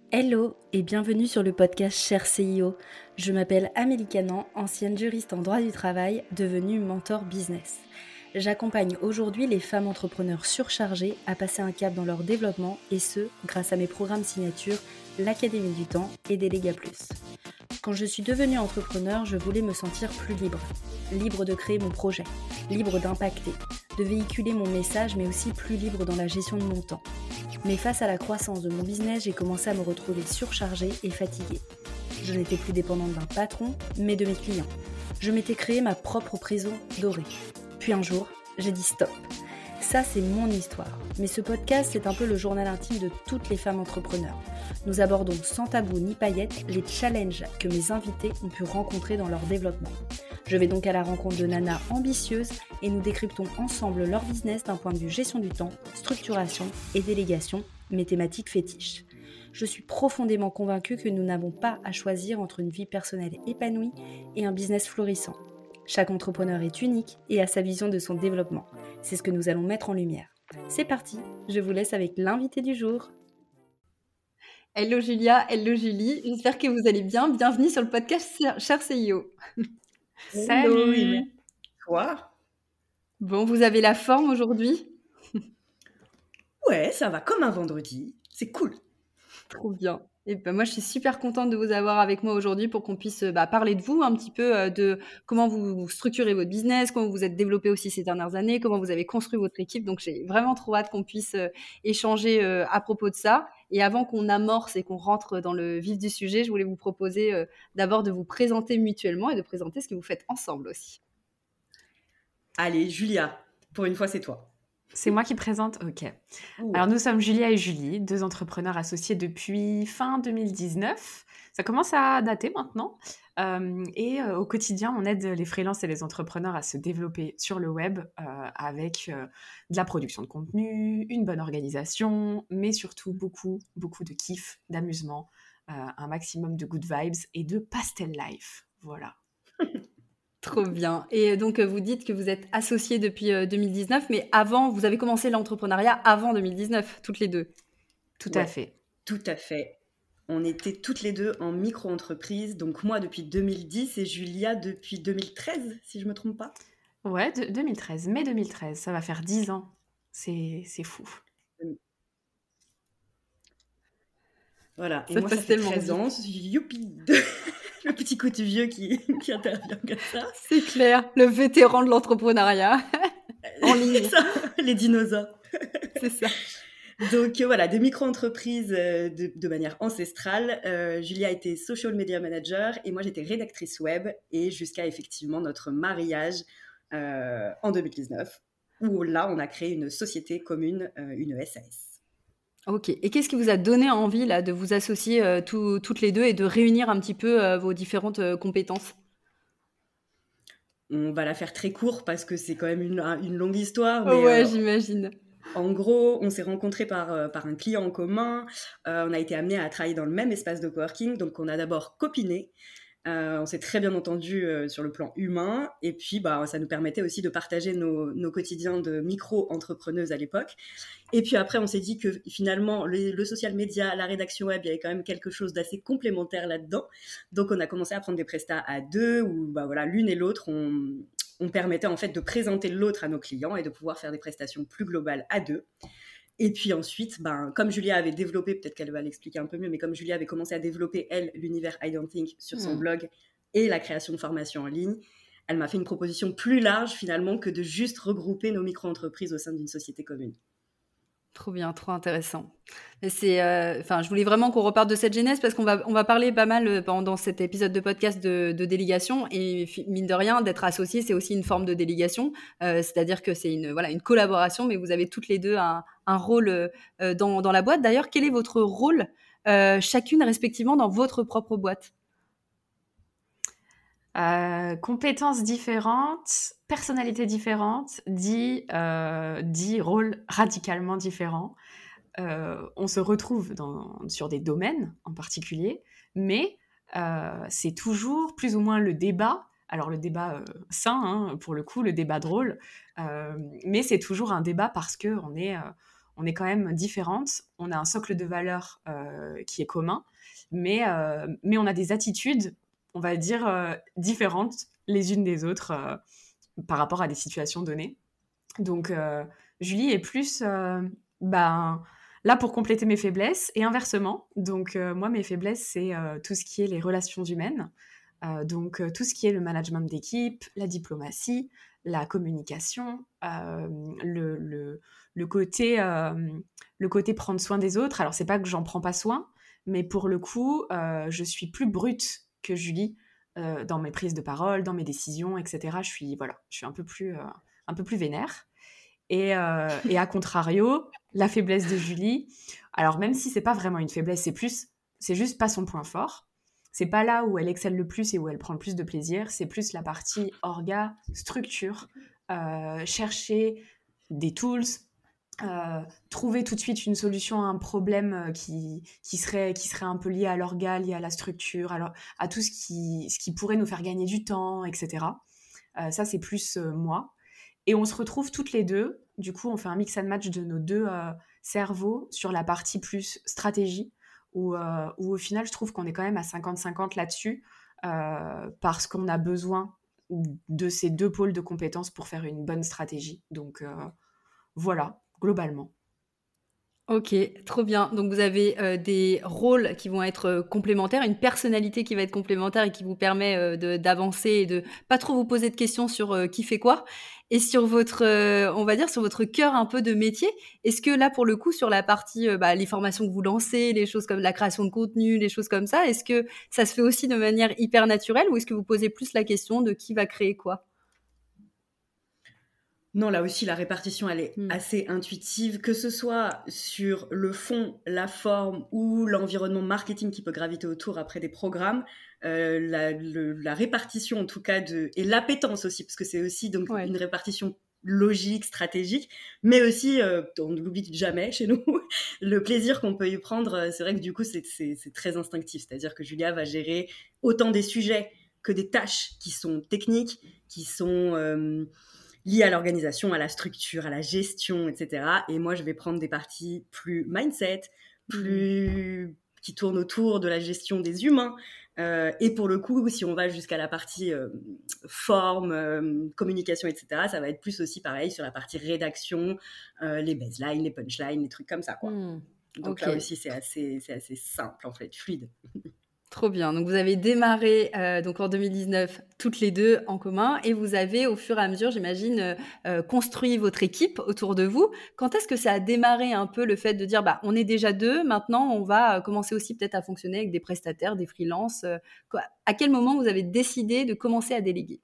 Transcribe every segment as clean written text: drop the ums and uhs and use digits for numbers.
Hello et bienvenue sur le podcast Cher CIO. Je m'appelle Amélie Canan, ancienne juriste en droit du travail, devenue mentor business. J'accompagne aujourd'hui les femmes entrepreneurs surchargées à passer un cap dans leur développement et ce, grâce à mes programmes signature, l'Académie du Temps et Déléga Plus. Quand je suis devenue entrepreneur, je voulais me sentir plus libre. Libre de créer mon projet, libre d'impacter, de véhiculer mon message, mais aussi plus libre dans la gestion de mon temps. Mais face à la croissance de mon business, j'ai commencé à me retrouver surchargée et fatiguée. Je n'étais plus dépendante d'un patron, mais de mes clients. Je m'étais créé ma propre prison dorée. Puis un jour, j'ai dit stop. Ça, c'est mon histoire. Mais ce podcast, c'est un peu le journal intime de toutes les femmes entrepreneurs. Nous abordons sans tabou ni paillettes les challenges que mes invités ont pu rencontrer dans leur développement. Je vais donc à la rencontre de nanas ambitieuses et nous décryptons ensemble leur business d'un point de vue gestion du temps, structuration et délégation, mes thématiques fétiches. Je suis profondément convaincue que nous n'avons pas à choisir entre une vie personnelle épanouie et un business florissant. Chaque entrepreneur est unique et a sa vision de son développement. C'est ce que nous allons mettre en lumière. C'est parti, je vous laisse avec l'invité du jour. Hello Julia, hello Julie, j'espère que vous allez bien. Bienvenue sur le podcast Cher CIO. Hello, Salut! toi? Bon, vous avez la forme aujourd'hui? Ouais, ça va comme un vendredi. C'est cool. Trop bien. Et ben moi, je suis super contente de vous avoir avec moi aujourd'hui pour qu'on puisse parler de vous un petit peu, de comment vous structurez votre business, comment vous êtes développé aussi ces dernières années, comment vous avez construit votre équipe. Donc, j'ai vraiment trop hâte qu'on puisse échanger à propos de ça. Et avant qu'on amorce et qu'on rentre dans le vif du sujet, je voulais vous proposer d'abord de vous présenter mutuellement et de présenter ce que vous faites ensemble aussi. Allez, Julia, pour une fois, c'est toi. C'est moi qui présente? Ok. Ouais. Alors, nous sommes Julia et Julie, deux entrepreneurs associés depuis fin 2019. Ça commence à dater maintenant. Au quotidien, on aide les freelances et les entrepreneurs à se développer sur le web avec de la production de contenu, une bonne organisation, mais surtout beaucoup, beaucoup de kiff, d'amusement, un maximum de good vibes et de pastel life. Voilà. Trop bien. Et donc, vous dites que vous êtes associés depuis 2019, mais avant, vous avez commencé l'entrepreneuriat avant 2019, toutes les deux. Tout Ouais, à fait. tout à fait. On était toutes les deux en micro-entreprise, donc moi depuis 2010 et Julia depuis 2013, si je me trompe pas. Ouais, 2013, mai 2013, ça va faire 10 ans. C'est fou. Voilà, et Ça moi ça passe fait tellement 13 ans, vite. youpi, le petit côté vieux qui intervient comme ça. C'est clair, le vétéran de l'entrepreneuriat en C'est ligne, ça, les dinosaures. c'est ça. Donc voilà, des micro-entreprises de manière ancestrale. Julia était social media manager et moi j'étais rédactrice web et jusqu'à effectivement notre mariage en 2019 où là on a créé une société commune, une SAS. Ok. Et qu'est-ce qui vous a donné envie là de vous associer toutes les deux et de réunir un petit peu vos différentes compétences? On va la faire très court parce que c'est quand même une longue histoire, mais Ouais, j'imagine. en gros, on s'est rencontrés par un client en commun. On a été amenés à travailler dans le même espace de coworking. Donc, on a d'abord copiné. On s'est très bien entendu sur le plan humain. Et puis, ça nous permettait aussi de partager nos quotidiens de micro-entrepreneuses à l'époque. Et puis après, on s'est dit que finalement, le social media, la rédaction web, il y avait quand même quelque chose d'assez complémentaire là-dedans. Donc, on a commencé à prendre des prestats à deux où l'une et l'autre, on permettait en fait de présenter l'autre à nos clients et de pouvoir faire des prestations plus globales à deux. Et puis ensuite, comme Julia avait développé, peut-être qu'elle va l'expliquer un peu mieux, mais comme Julia avait commencé à développer, elle, l'univers I Don't Think sur son blog et la création de formations en ligne, elle m'a fait une proposition plus large finalement que de juste regrouper nos micro-entreprises au sein d'une société commune. Trop bien, trop intéressant. Et je voulais vraiment qu'on reparte de cette genèse parce qu'on va parler pas mal pendant cet épisode de podcast de délégation et mine de rien, d'être associé, c'est aussi une forme de délégation. C'est-à-dire que c'est une collaboration, mais vous avez toutes les deux un rôle dans la boîte. D'ailleurs, quel est votre rôle chacune respectivement dans votre propre boîte? Compétences différentes, personnalités différentes, dit rôles radicalement différents. On se retrouve sur des domaines en particulier, mais c'est toujours plus ou moins le débat. Alors le débat sain, pour le coup, le débat drôle, mais c'est toujours un débat parce qu'on on est quand même différentes, on a un socle de valeurs qui est commun, mais on a des attitudes, on va dire, différentes les unes des autres par rapport à des situations données. Donc, Julie est plus là pour compléter mes faiblesses et inversement. Donc, moi, mes faiblesses, c'est tout ce qui est les relations humaines. Donc, tout ce qui est le management d'équipe, la diplomatie, la communication, le côté prendre soin des autres. Alors, c'est pas que j'en prends pas soin, mais pour le coup, je suis plus brute que Julie dans mes prises de parole, dans mes décisions, etc. Je suis un peu plus vénère. Et à contrario, la faiblesse de Julie, alors même si c'est pas vraiment une faiblesse, c'est juste pas son point fort. C'est pas là où elle excelle le plus et où elle prend le plus de plaisir. C'est plus la partie orga, structure, chercher des tools, trouver tout de suite une solution à un problème qui serait un peu lié à l'orga, lié à la structure, alors à tout ce qui pourrait nous faire gagner du temps, etc. Ça, c'est plus moi. Et on se retrouve toutes les deux. Du coup, on fait un mix and match de nos deux cerveaux sur la partie plus stratégie, où au final, je trouve qu'on est quand même à 50-50 là-dessus, parce qu'on a besoin de ces deux pôles de compétences pour faire une bonne stratégie. Donc, voilà, globalement. Ok, trop bien. Donc vous avez des rôles qui vont être complémentaires, une personnalité qui va être complémentaire et qui vous permet d'avancer et de pas trop vous poser de questions sur qui fait quoi. Et sur votre, on va dire, sur votre cœur un peu de métier, est-ce que là, pour le coup, sur la partie, les formations que vous lancez, les choses comme la création de contenu, les choses comme ça, est-ce que ça se fait aussi de manière hyper naturelle ou est-ce que vous posez plus la question de qui va créer quoi? Non, là aussi, la répartition, elle est assez intuitive, que ce soit sur le fond, la forme ou l'environnement marketing qui peut graviter autour après des programmes. La répartition, en tout cas, et l'appétence aussi, parce que c'est aussi donc une répartition logique, stratégique, mais aussi, on ne l'oublie jamais chez nous, le plaisir qu'on peut y prendre. C'est vrai que du coup, c'est très instinctif. C'est-à-dire que Julia va gérer autant des sujets que des tâches qui sont techniques, qui sont liées à l'organisation, à la structure, à la gestion, etc. Et moi, je vais prendre des parties plus mindset, qui tournent autour de la gestion des humains. Et pour le coup, si on va jusqu'à la partie forme, communication, etc., ça va être plus aussi pareil sur la partie rédaction, les baselines, les punchlines, les trucs comme ça, quoi. Donc là aussi, c'est assez simple, en fait, fluide. Trop bien. Donc, vous avez démarré donc en 2019 toutes les deux en commun et vous avez au fur et à mesure, j'imagine, construit votre équipe autour de vous. Quand est-ce que ça a démarré un peu le fait de dire on est déjà deux, maintenant on va commencer aussi peut-être à fonctionner avec des prestataires, des freelances à quel moment vous avez décidé de commencer à déléguer?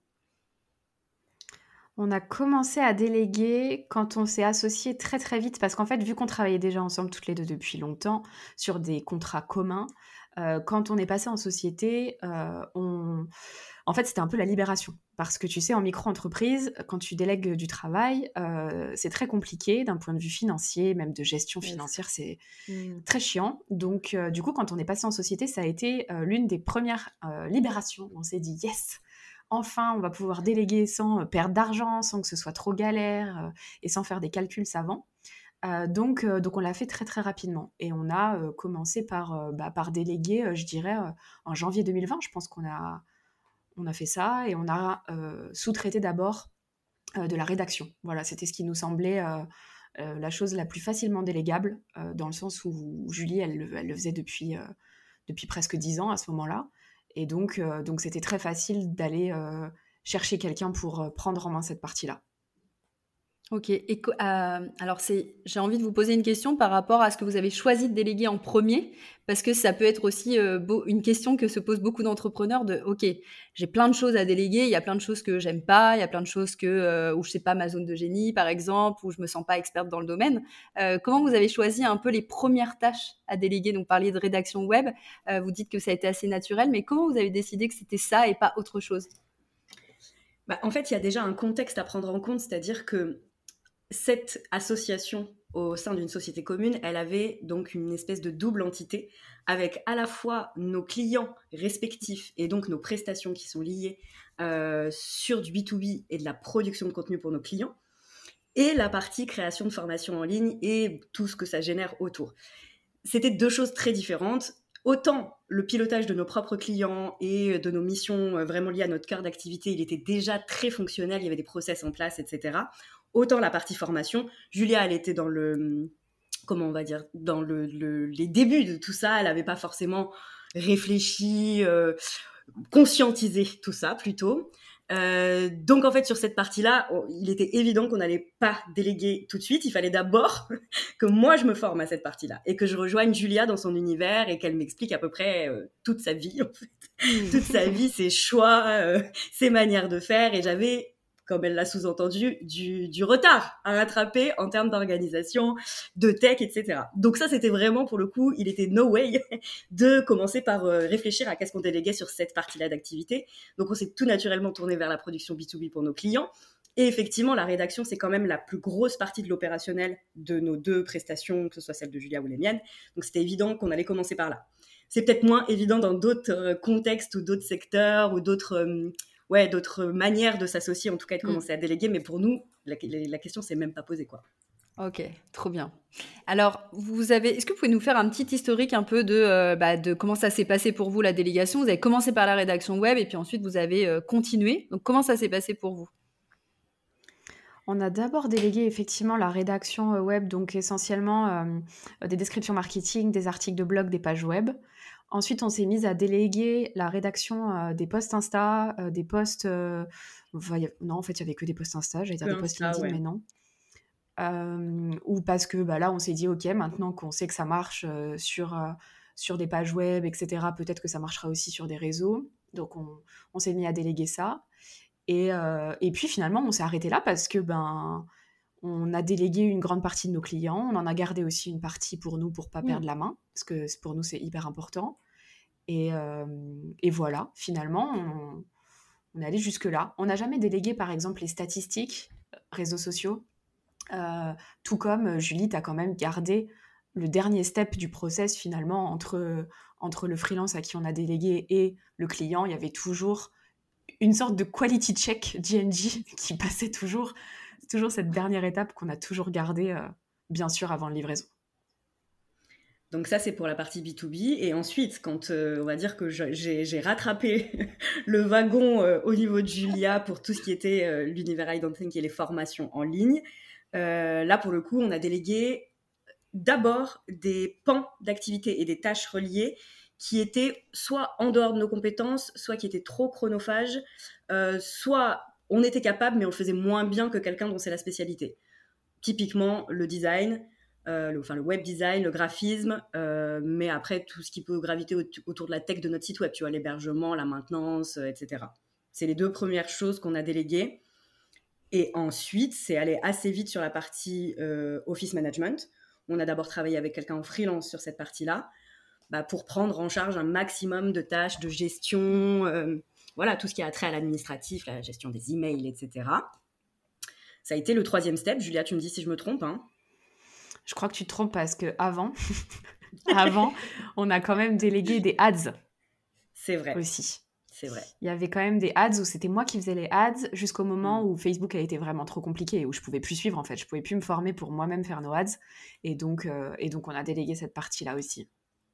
On a commencé à déléguer quand on s'est associés très très vite parce qu'en fait, vu qu'on travaillait déjà ensemble toutes les deux depuis longtemps sur des contrats communs, quand on est passé en société, en fait, c'était un peu la libération. Parce que tu sais, en micro-entreprise, quand tu délègues du travail, c'est très compliqué d'un point de vue financier, même de gestion financière, c'est très chiant. Donc, du coup, quand on est passé en société, ça a été l'une des premières libérations. On s'est dit « yes !» Enfin, on va pouvoir déléguer sans perdre d'argent, sans que ce soit trop galère et sans faire des calculs savants. Donc, on l'a fait très, très rapidement. Et on a commencé par déléguer, je dirais, en janvier 2020. Je pense qu'on a fait ça et on a sous-traité d'abord de la rédaction. Voilà, c'était ce qui nous semblait la chose la plus facilement délégable, dans le sens où Julie, elle le faisait depuis presque 10 ans à ce moment-là. Et donc c'était très facile d'aller chercher quelqu'un pour prendre en main cette partie-là. Ok. Et alors j'ai envie de vous poser une question par rapport à ce que vous avez choisi de déléguer en premier, parce que ça peut être aussi une question que se posent beaucoup d'entrepreneurs de ok, j'ai plein de choses à déléguer, il y a plein de choses que j'aime pas, il y a plein de choses où je sais pas ma zone de génie par exemple, où je me sens pas experte dans le domaine. Comment vous avez choisi un peu les premières tâches à déléguer? Donc parliez de rédaction web, vous dites que ça a été assez naturel, mais comment vous avez décidé que c'était ça et pas autre chose? En fait, il y a déjà un contexte à prendre en compte, c'est-à-dire que cette association au sein d'une société commune, elle avait donc une espèce de double entité avec à la fois nos clients respectifs et donc nos prestations qui sont liées sur du B2B et de la production de contenu pour nos clients, et la partie création de formation en ligne et tout ce que ça génère autour. C'était 2 choses très différentes. Autant le pilotage de nos propres clients et de nos missions vraiment liées à notre cœur d'activité, il était déjà très fonctionnel, il y avait des process en place, etc. Autant la partie formation, Julia, elle était dans le, comment on va dire, dans les débuts de tout ça, elle n'avait pas forcément réfléchi, conscientisé tout ça plutôt. Donc en fait sur cette partie-là, il était évident qu'on n'allait pas déléguer tout de suite. Il fallait d'abord que moi je me forme à cette partie-là et que je rejoigne Julia dans son univers et qu'elle m'explique à peu près toute sa vie en fait, toute sa vie, ses choix, ses manières de faire. Et j'avais, comme elle l'a sous-entendu, du retard à rattraper en termes d'organisation, de tech, etc. Donc ça, c'était vraiment, pour le coup, il était no way de commencer par réfléchir à qu'est-ce qu'on déléguait sur cette partie-là d'activité. Donc on s'est tout naturellement tourné vers la production B2B pour nos clients. Et effectivement, la rédaction, c'est quand même la plus grosse partie de l'opérationnel de nos 2 prestations, que ce soit celle de Julia ou les miennes. Donc c'était évident qu'on allait commencer par là. C'est peut-être moins évident dans d'autres contextes ou d'autres secteurs ou d'autres manières de s'associer, en tout cas de commencer à déléguer. Mais pour nous, la question s'est même pas posée, quoi. Ok, trop bien. Alors, est-ce que vous pouvez nous faire un petit historique un peu de comment ça s'est passé pour vous, la délégation? Vous avez commencé par la rédaction web et puis ensuite vous avez continué. Donc, comment ça s'est passé pour vous? On a d'abord délégué effectivement la rédaction web, donc essentiellement des descriptions marketing, des articles de blog, des pages web. Ensuite, on s'est mis à déléguer la rédaction des posts Insta, des posts... non, en fait, il n'y avait que des posts Insta, j'allais dire des posts LinkedIn, mais non. Ou parce que là, on s'est dit, OK, maintenant qu'on sait que ça marche sur des pages web, etc., peut-être que ça marchera aussi sur des réseaux. Donc, on s'est mis à déléguer ça. Et puis, finalement, on s'est arrêté là parce que on a délégué une grande partie de nos clients. On en a gardé aussi une partie pour nous, pour ne pas perdre la main, parce que pour nous, c'est hyper important. Et voilà, finalement, on est allé jusque-là. On n'a jamais délégué, par exemple, les statistiques, réseaux sociaux. Tout comme Julie, tu as quand même gardé le dernier step du process, finalement, entre le freelance à qui on a délégué et le client. Il y avait toujours une sorte de quality check GNG qui passait toujours cette dernière étape qu'on a toujours gardée, bien sûr, avant la livraison. Donc ça, c'est pour la partie B2B. Et ensuite, quand on va dire que j'ai rattrapé le wagon au niveau de Julia pour tout ce qui était l'univers identity et les formations en ligne, là, pour le coup, on a délégué d'abord des pans d'activités et des tâches reliées qui étaient soit en dehors de nos compétences, soit qui étaient trop chronophages, soit on était capable, mais on le faisait moins bien que quelqu'un dont c'est la spécialité. Typiquement, le design, le web design, le graphisme, mais après, tout ce qui peut graviter autour de la tech de notre site web, tu vois, l'hébergement, la maintenance, etc. C'est les 2 premières choses qu'on a déléguées. Et ensuite, c'est allé assez vite sur la partie office management. On a d'abord travaillé avec quelqu'un en freelance sur cette partie-là, pour prendre en charge un maximum de tâches de gestion, tout ce qui a trait à l'administratif, la gestion des emails, etc. Ça a été le 3e step. Julia, tu me dis si je me trompe, hein. Je crois que tu te trompes parce qu'avant, on a quand même délégué des ads. C'est vrai. Aussi. C'est vrai. Il y avait quand même des ads où c'était moi qui faisais les ads jusqu'au moment où Facebook a été vraiment trop compliqué et où je pouvais plus suivre en fait. Je pouvais plus me former pour moi-même faire nos ads. Et donc on a délégué cette partie-là aussi.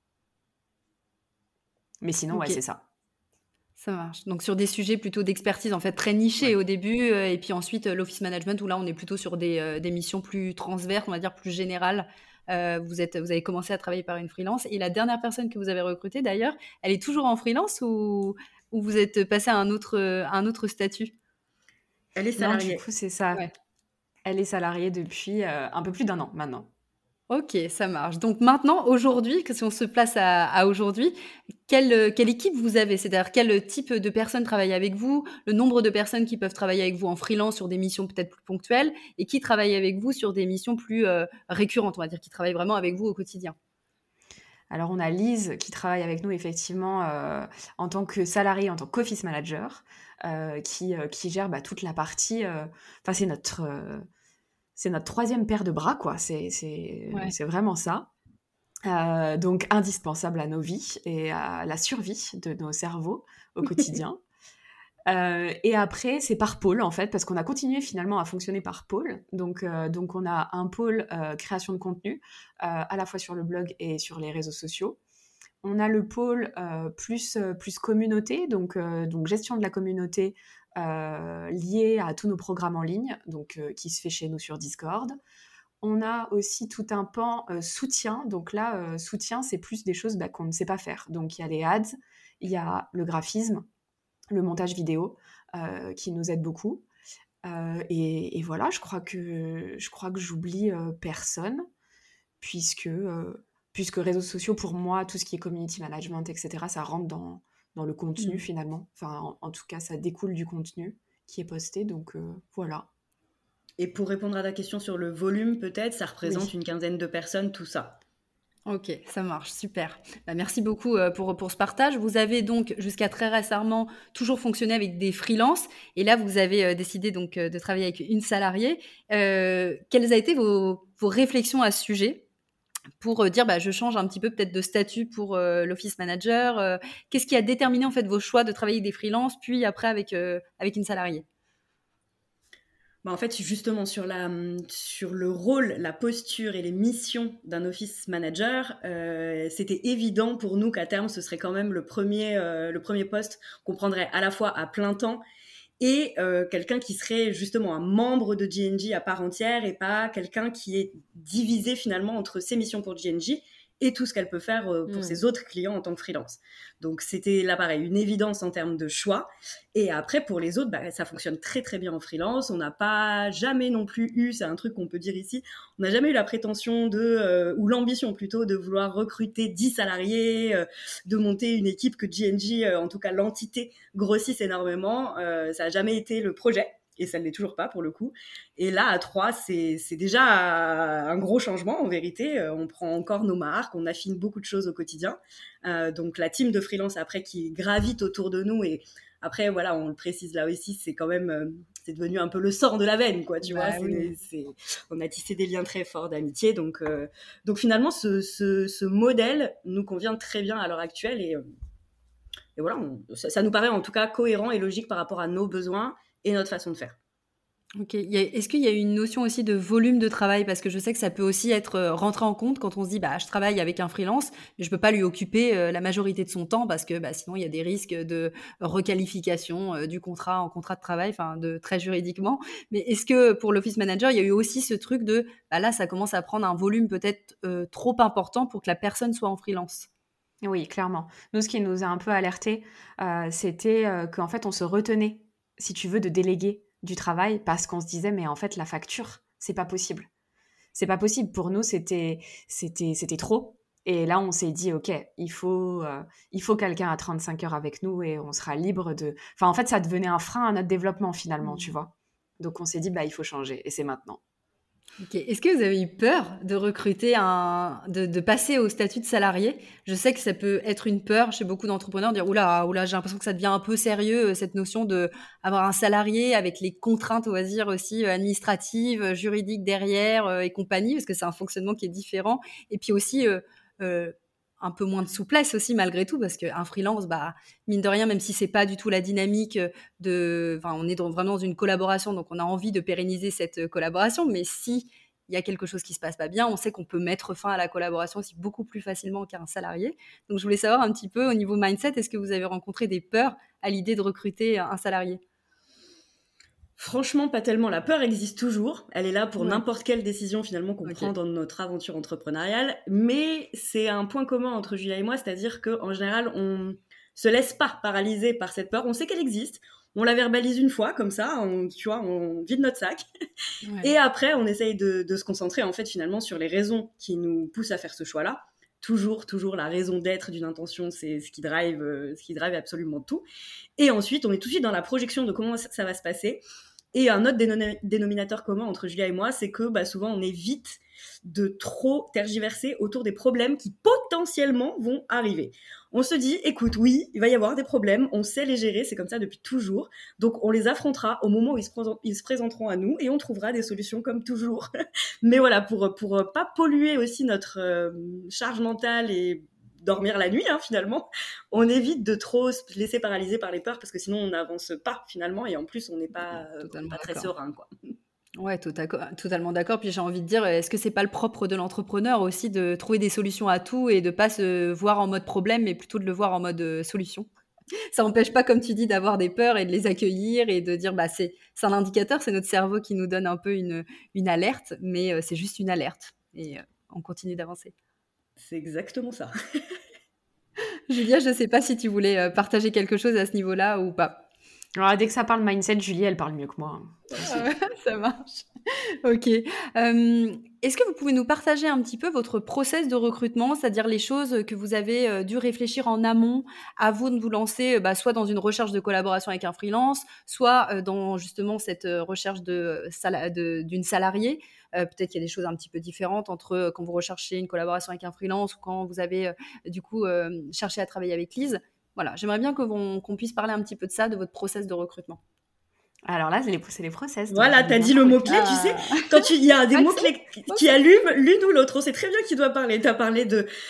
Mais sinon, Okay. ouais, c'est ça. Ça marche. Donc sur des sujets plutôt d'expertise en fait très nichés au début et puis ensuite l'office management où là on est plutôt sur des missions plus transverses, on va dire plus générales. Vous avez commencé à travailler par une freelance et la dernière personne que vous avez recrutée d'ailleurs, elle est toujours en freelance ou vous êtes passé à un autre statut? Elle est salariée. Non, du coup c'est ça. Ouais. Elle est salariée depuis un peu plus d'1 an maintenant. Ok, ça marche. Donc maintenant, aujourd'hui, si on se place à aujourd'hui, quelle équipe vous avez? C'est-à-dire quel type de personnes travaillent avec vous? Le nombre de personnes qui peuvent travailler avec vous en freelance sur des missions peut-être plus ponctuelles et qui travaillent avec vous sur des missions plus récurrentes, on va dire, qui travaillent vraiment avec vous au quotidien? Alors, on a Lise qui travaille avec nous effectivement en tant que salariée, en tant qu'office manager, qui gère toute la partie... c'est notre 3e paire de bras, quoi. C'est vraiment ça. Donc, indispensable à nos vies et à la survie de nos cerveaux au quotidien. Et après, c'est par pôle, en fait, parce qu'on a continué finalement à fonctionner par pôle. Donc on a un pôle création de contenu, à la fois sur le blog et sur les réseaux sociaux. On a le pôle plus communauté, donc gestion de la communauté liée à tous nos programmes en ligne, donc qui se fait chez nous sur Discord. On a aussi tout un pan soutien. Donc là, soutien, c'est plus des choses qu'on ne sait pas faire. Donc il y a les ads, il y a le graphisme, le montage vidéo qui nous aide beaucoup. Et voilà, je crois que j'oublie personne, puisque réseaux sociaux, pour moi, tout ce qui est community management, etc., ça rentre dans le contenu finalement. Enfin, en tout cas, ça découle du contenu qui est posté. Donc voilà. Et pour répondre à ta question sur le volume, peut-être, ça représente une quinzaine de personnes, tout ça. Ok, ça marche, super. Merci beaucoup pour ce partage. Vous avez donc jusqu'à très récemment toujours fonctionné avec des freelances et là vous avez décidé donc de travailler avec une salariée. Quelles ont été vos réflexions à ce sujet pour dire je change un petit peu peut-être de statut pour l'office manager. Qu'est-ce qui a déterminé en fait vos choix de travailler avec des freelances puis après avec une salariée? En fait, justement, sur le rôle, la posture et les missions d'un office manager, c'était évident pour nous qu'à terme, ce serait quand même le premier poste qu'on prendrait à la fois à plein temps et quelqu'un qui serait justement un membre de J&J à part entière et pas quelqu'un qui est divisé finalement entre ses missions pour J&J et tout ce qu'elle peut faire pour ses autres clients en tant que freelance. Donc c'était là pareil, une évidence en termes de choix. Et après pour les autres, ça fonctionne très très bien en freelance. On n'a pas jamais non plus eu, c'est un truc qu'on peut dire ici, on n'a jamais eu la prétention ou l'ambition plutôt de vouloir recruter 10 salariés, de monter une équipe que J&J, en tout cas l'entité, grossisse énormément. Ça n'a jamais été le projet. Et ça ne l'est toujours pas pour le coup. Et là, à 3, c'est déjà un gros changement en vérité. On prend encore nos marques, on affine beaucoup de choses au quotidien. Donc la team de freelance après qui gravite autour de nous et après voilà, on le précise là aussi, c'est quand même c'est devenu un peu le sang de la veine quoi, tu vois. On a tissé des liens très forts d'amitié. Donc finalement, ce modèle nous convient très bien à l'heure actuelle et voilà, ça nous paraît en tout cas cohérent et logique par rapport à nos besoins et notre façon de faire. Ok. Est-ce qu'il y a une notion aussi de volume de travail? Parce que je sais que ça peut aussi être rentré en compte quand on se dit je travaille avec un freelance, mais je peux pas lui occuper la majorité de son temps parce que sinon il y a des risques de requalification du contrat en contrat de travail, enfin de très juridiquement. Mais est-ce que pour l'office manager, il y a eu aussi ce truc de là ça commence à prendre un volume peut-être trop important pour que la personne soit en freelance? Oui, clairement. Nous, ce qui nous a un peu alertés, c'était qu'en fait, on se retenait, si tu veux, de déléguer du travail parce qu'on se disait, mais en fait, la facture, c'est pas possible. C'est pas possible. Pour nous, c'était trop. Et là, on s'est dit, OK, il faut quelqu'un à 35 heures avec nous et on sera libre de... Enfin, en fait, ça devenait un frein à notre développement, finalement, tu vois. Donc, on s'est dit, il faut changer et c'est maintenant. Ok. Est-ce que vous avez eu peur de recruter de passer au statut de salarié? Je sais que ça peut être une peur chez beaucoup d'entrepreneurs de dire oula, j'ai l'impression que ça devient un peu sérieux cette notion de avoir un salarié avec les contraintes, on va dire aussi administratives, juridiques derrière et compagnie, parce que c'est un fonctionnement qui est différent. Et puis aussi un peu moins de souplesse aussi malgré tout, parce qu'un freelance, mine de rien, même si c'est pas du tout la dynamique on est vraiment dans une collaboration, donc on a envie de pérenniser cette collaboration, mais si il y a quelque chose qui se passe pas bien, on sait qu'on peut mettre fin à la collaboration aussi beaucoup plus facilement qu'un salarié. Donc je voulais savoir un petit peu au niveau mindset, est-ce que vous avez rencontré des peurs à l'idée de recruter un salarié? Franchement, pas tellement. La peur existe toujours. Elle est là pour n'importe quelle décision finalement qu'on prend dans notre aventure entrepreneuriale. Mais c'est un point commun entre Julia et moi, c'est-à-dire qu'en général, on se laisse pas paralyser par cette peur. On sait qu'elle existe. On la verbalise une fois, comme ça, on vide notre sac. Ouais. Et après, on essaye de se concentrer en fait finalement sur les raisons qui nous poussent à faire ce choix-là. Toujours la raison d'être d'une intention, c'est ce qui drive absolument tout. Et ensuite, on est tout de suite dans la projection de comment ça va se passer. Et un autre dénominateur commun entre Julia et moi, c'est que souvent on évite de trop tergiverser autour des problèmes qui potentiellement vont arriver. On se dit, écoute, oui, il va y avoir des problèmes, on sait les gérer, c'est comme ça depuis toujours, donc on les affrontera au moment où ils se présenteront à nous et on trouvera des solutions comme toujours. Mais voilà, pour pas polluer aussi notre charge mentale et dormir la nuit, hein, finalement. On évite de trop se laisser paralyser par les peurs parce que sinon on n'avance pas finalement et en plus on n'est pas très serein, quoi. Ouais, totalement d'accord. Puis j'ai envie de dire, est-ce que c'est pas le propre de l'entrepreneur aussi de trouver des solutions à tout et de pas se voir en mode problème, mais plutôt de le voir en mode solution? Ça n'empêche pas, comme tu dis, d'avoir des peurs et de les accueillir et de dire, bah, c'est un indicateur, c'est notre cerveau qui nous donne un peu une alerte, mais c'est juste une alerte et on continue d'avancer. C'est exactement ça. Julia, je ne sais pas si tu voulais partager quelque chose à ce niveau-là ou pas. Alors, dès que ça parle mindset, Julie, elle parle mieux que moi. Ça marche. Ok. Est-ce que vous pouvez nous partager un petit peu votre process de recrutement, c'est-à-dire les choses que vous avez dû réfléchir en amont avant de vous lancer, soit dans une recherche de collaboration avec un freelance, soit dans justement cette recherche d'une salariée. Peut-être qu'il y a des choses un petit peu différentes entre quand vous recherchez une collaboration avec un freelance ou quand vous avez du coup cherché à travailler avec Lise. Voilà, j'aimerais bien qu'on puisse parler un petit peu de ça, de votre process de recrutement. Alors là, c'est les process. Voilà, t'as dit le mot-clé, tu sais, quand il y a des mots-clés qui allument l'une ou l'autre, on sait très bien qui doit parler. T'as parlé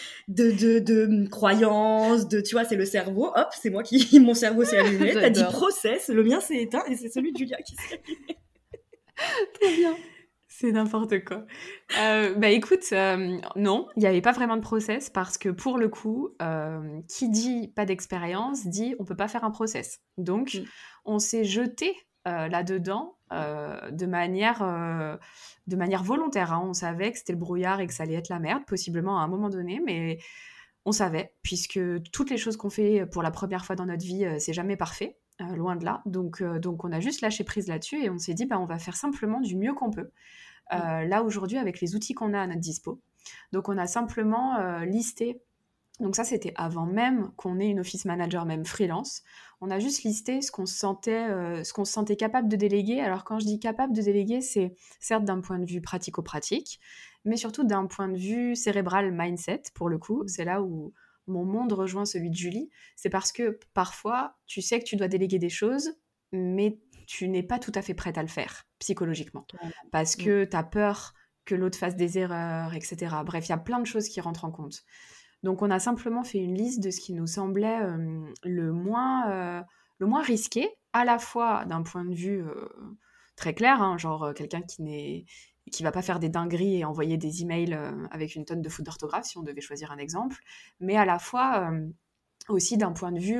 de croyances, tu vois, c'est le cerveau, hop, c'est moi mon cerveau s'est allumé. T'as dit process, le mien s'est éteint et c'est celui de Julia qui s'est allumé. Très bien. C'est n'importe quoi. Écoute, non, il n'y avait pas vraiment de process parce que pour le coup, qui dit pas d'expérience dit on peut pas faire un process. Donc, on s'est jeté là-dedans de manière volontaire. Hein. On savait que c'était le brouillard et que ça allait être la merde, possiblement à un moment donné, mais on savait, puisque toutes les choses qu'on fait pour la première fois dans notre vie, c'est jamais parfait. Loin de là. Donc, on a juste lâché prise là-dessus et on s'est dit, on va faire simplement du mieux qu'on peut. Là, aujourd'hui, avec les outils qu'on a à notre dispo. Donc, on a simplement listé. Donc, ça, c'était avant même qu'on ait une office manager, même freelance. On a juste listé ce qu'on se sentait capable de déléguer. Alors, quand je dis capable de déléguer, c'est certes d'un point de vue pratico-pratique, mais surtout d'un point de vue cérébral, mindset, pour le coup. C'est là où mon monde rejoint celui de Julie, c'est parce que parfois, tu sais que tu dois déléguer des choses, mais tu n'es pas tout à fait prête à le faire, psychologiquement. Parce que tu as peur que l'autre fasse des erreurs, etc. Bref, il y a plein de choses qui rentrent en compte. Donc, on a simplement fait une liste de ce qui nous semblait le moins risqué, à la fois d'un point de vue très clair, hein, genre quelqu'un qui va pas faire des dingueries et envoyer des emails avec une tonne de fautes d'orthographe, si on devait choisir un exemple, mais à la fois aussi d'un point de vue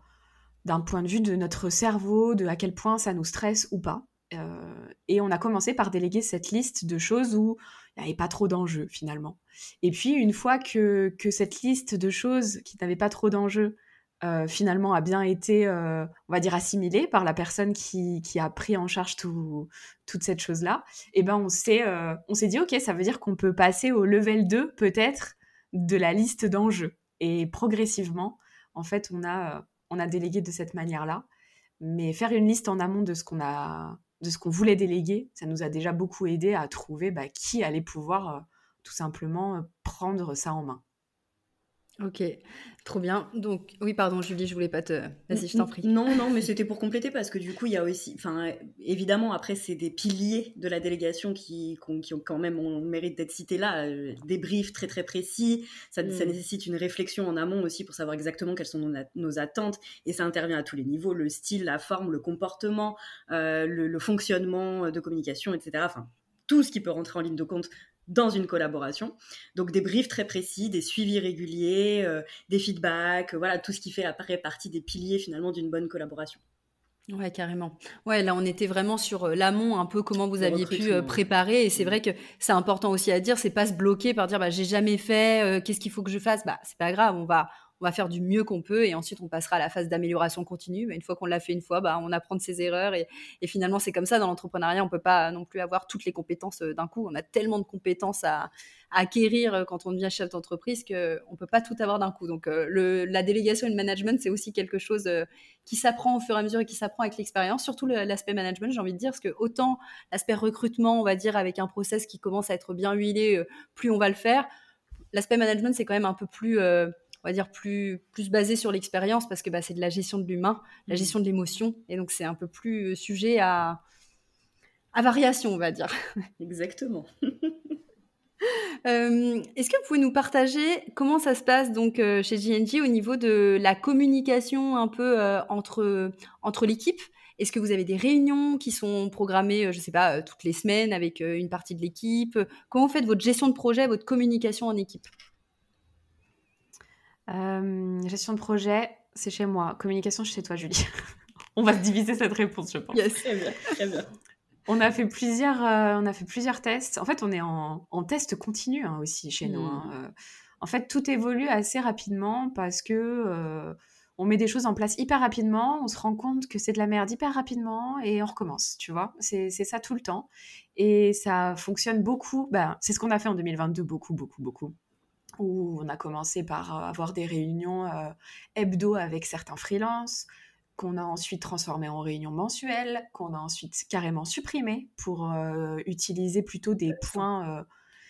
de notre cerveau, de à quel point ça nous stresse ou pas. Et on a commencé par déléguer cette liste de choses où il n'y avait pas trop d'enjeux, finalement. Et puis, une fois que cette liste de choses qui n'avaient pas trop d'enjeux, finalement, a bien été, on va dire, assimilée par la personne qui a pris en charge toute cette chose-là, et on s'est dit, OK, ça veut dire qu'on peut passer au level 2, peut-être, de la liste d'enjeux. Et progressivement, en fait, on a délégué de cette manière-là. Mais faire une liste en amont de ce qu'on voulait déléguer, ça nous a déjà beaucoup aidé à trouver qui allait pouvoir tout simplement prendre ça en main. Ok, trop bien. Donc, oui, pardon, Julie, je voulais pas te... Vas-y, je t'en prie. Non, mais c'était pour compléter parce que du coup, il y a aussi... évidemment, après, c'est des piliers de la délégation qui ont quand même on mérite d'être cités là. Des briefs très, très précis. Ça nécessite une réflexion en amont aussi pour savoir exactement quelles sont nos attentes. Et ça intervient à tous les niveaux. Le style, la forme, le comportement, le fonctionnement de communication, etc. Enfin, tout ce qui peut rentrer en ligne de compte dans une collaboration. Donc des briefs très précis, des suivis réguliers, des feedbacks, voilà, tout ce qui fait après partie des piliers finalement d'une bonne collaboration. Ouais, carrément. Ouais, là, on était vraiment sur l'amont, un peu comment vous aviez pu préparer. Et c'est vrai que c'est important aussi à dire, c'est pas se bloquer par dire, j'ai jamais fait, qu'est-ce qu'il faut que je fasse ? C'est pas grave, on va faire du mieux qu'on peut et ensuite on passera à la phase d'amélioration continue. Mais une fois qu'on l'a fait une fois, on apprend de ses erreurs et finalement c'est comme ça dans l'entrepreneuriat. On peut pas non plus avoir toutes les compétences d'un coup. On a tellement de compétences à acquérir quand on devient chef d'entreprise qu'on peut pas tout avoir d'un coup. Donc la délégation et le management, c'est aussi quelque chose qui s'apprend au fur et à mesure et qui s'apprend avec l'expérience. Surtout l'aspect management, j'ai envie de dire, parce que autant l'aspect recrutement, on va dire, avec un process qui commence à être bien huilé, plus on va le faire. L'aspect management, c'est quand même un peu plus on va dire plus basé sur l'expérience parce que c'est de la gestion de l'humain, la gestion de l'émotion, et donc c'est un peu plus sujet à variation, on va dire. Exactement. Est-ce que vous pouvez nous partager comment ça se passe donc chez J&J au niveau de la communication un peu entre l'équipe? Est-ce que vous avez des réunions qui sont programmées, je ne sais pas, toutes les semaines avec une partie de l'équipe? Comment vous faites votre gestion de projet, votre communication en équipe? Gestion de projet, c'est chez moi. Communication, c'est chez toi, Julie. On va se diviser cette réponse, je pense. Yes. Très bien, très bien. On a fait plusieurs tests. En fait, on est en test continu aussi chez nous. En fait, tout évolue assez rapidement parce que on met des choses en place hyper rapidement, on se rend compte que c'est de la merde hyper rapidement et on recommence, tu vois. C'est ça tout le temps. Et ça fonctionne beaucoup. C'est ce qu'on a fait en 2022, beaucoup, beaucoup, beaucoup. Où on a commencé par avoir des réunions hebdo avec certains freelances, qu'on a ensuite transformé en réunions mensuelles, qu'on a ensuite carrément supprimé pour utiliser plutôt des points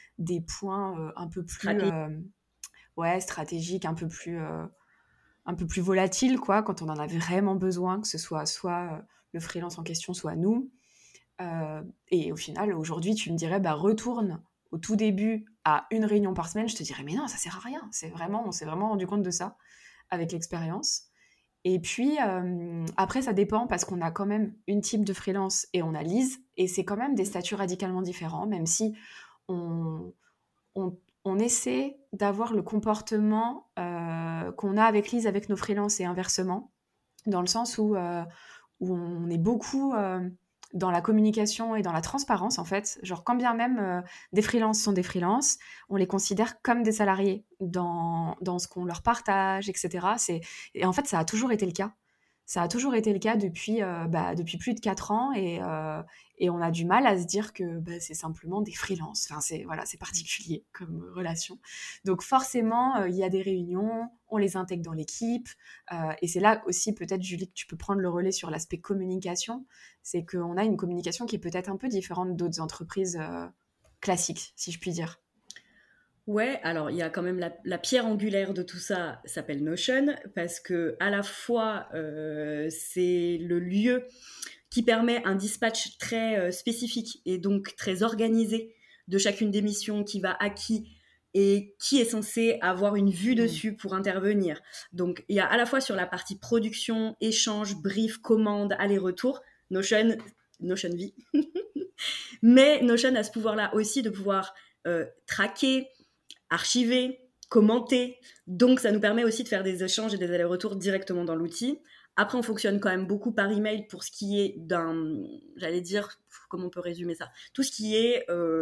un peu plus stratégiques, un peu plus volatiles, quoi, quand on en avait vraiment besoin, que ce soit le freelance en question, soit nous. Et au final, aujourd'hui, tu me dirais, retourne au tout début à une réunion par semaine. Je te dirais, mais non, ça sert à rien. On s'est vraiment rendu compte de ça avec l'expérience. Et puis, après, ça dépend parce qu'on a quand même une team de freelance et on a Lise. Et c'est quand même des statuts radicalement différents, même si on essaie d'avoir le comportement qu'on a avec Lise, avec nos freelances et inversement, dans le sens où on est beaucoup dans la communication et dans la transparence, en fait. Genre, quand bien même des freelances sont des freelances, on les considère comme des salariés dans ce qu'on leur partage, etc. Et en fait, ça a toujours été le cas. Ça a toujours été le cas depuis plus de 4 ans et on a du mal à se dire que c'est simplement des freelances. Enfin, c'est particulier comme relation. Donc forcément, il y a des réunions, on les intègre dans l'équipe et c'est là aussi peut-être, Julie, que tu peux prendre le relais sur l'aspect communication. C'est qu'on a une communication qui est peut-être un peu différente d'autres entreprises classiques, si je puis dire. Ouais, alors il y a quand même la pierre angulaire de tout ça, s'appelle Notion, parce que à la fois c'est le lieu qui permet un dispatch très spécifique et donc très organisé de chacune des missions, qui va à qui et qui est censé avoir une vue dessus pour intervenir. Donc il y a à la fois sur la partie production, échange, brief, commande, aller-retour, Notion vie, mais Notion a ce pouvoir-là aussi de pouvoir traquer, archiver, commenter. Donc, ça nous permet aussi de faire des échanges et des allers-retours directement dans l'outil. Après, on fonctionne quand même beaucoup par email pour ce qui est comment on peut résumer ça ? Tout ce qui est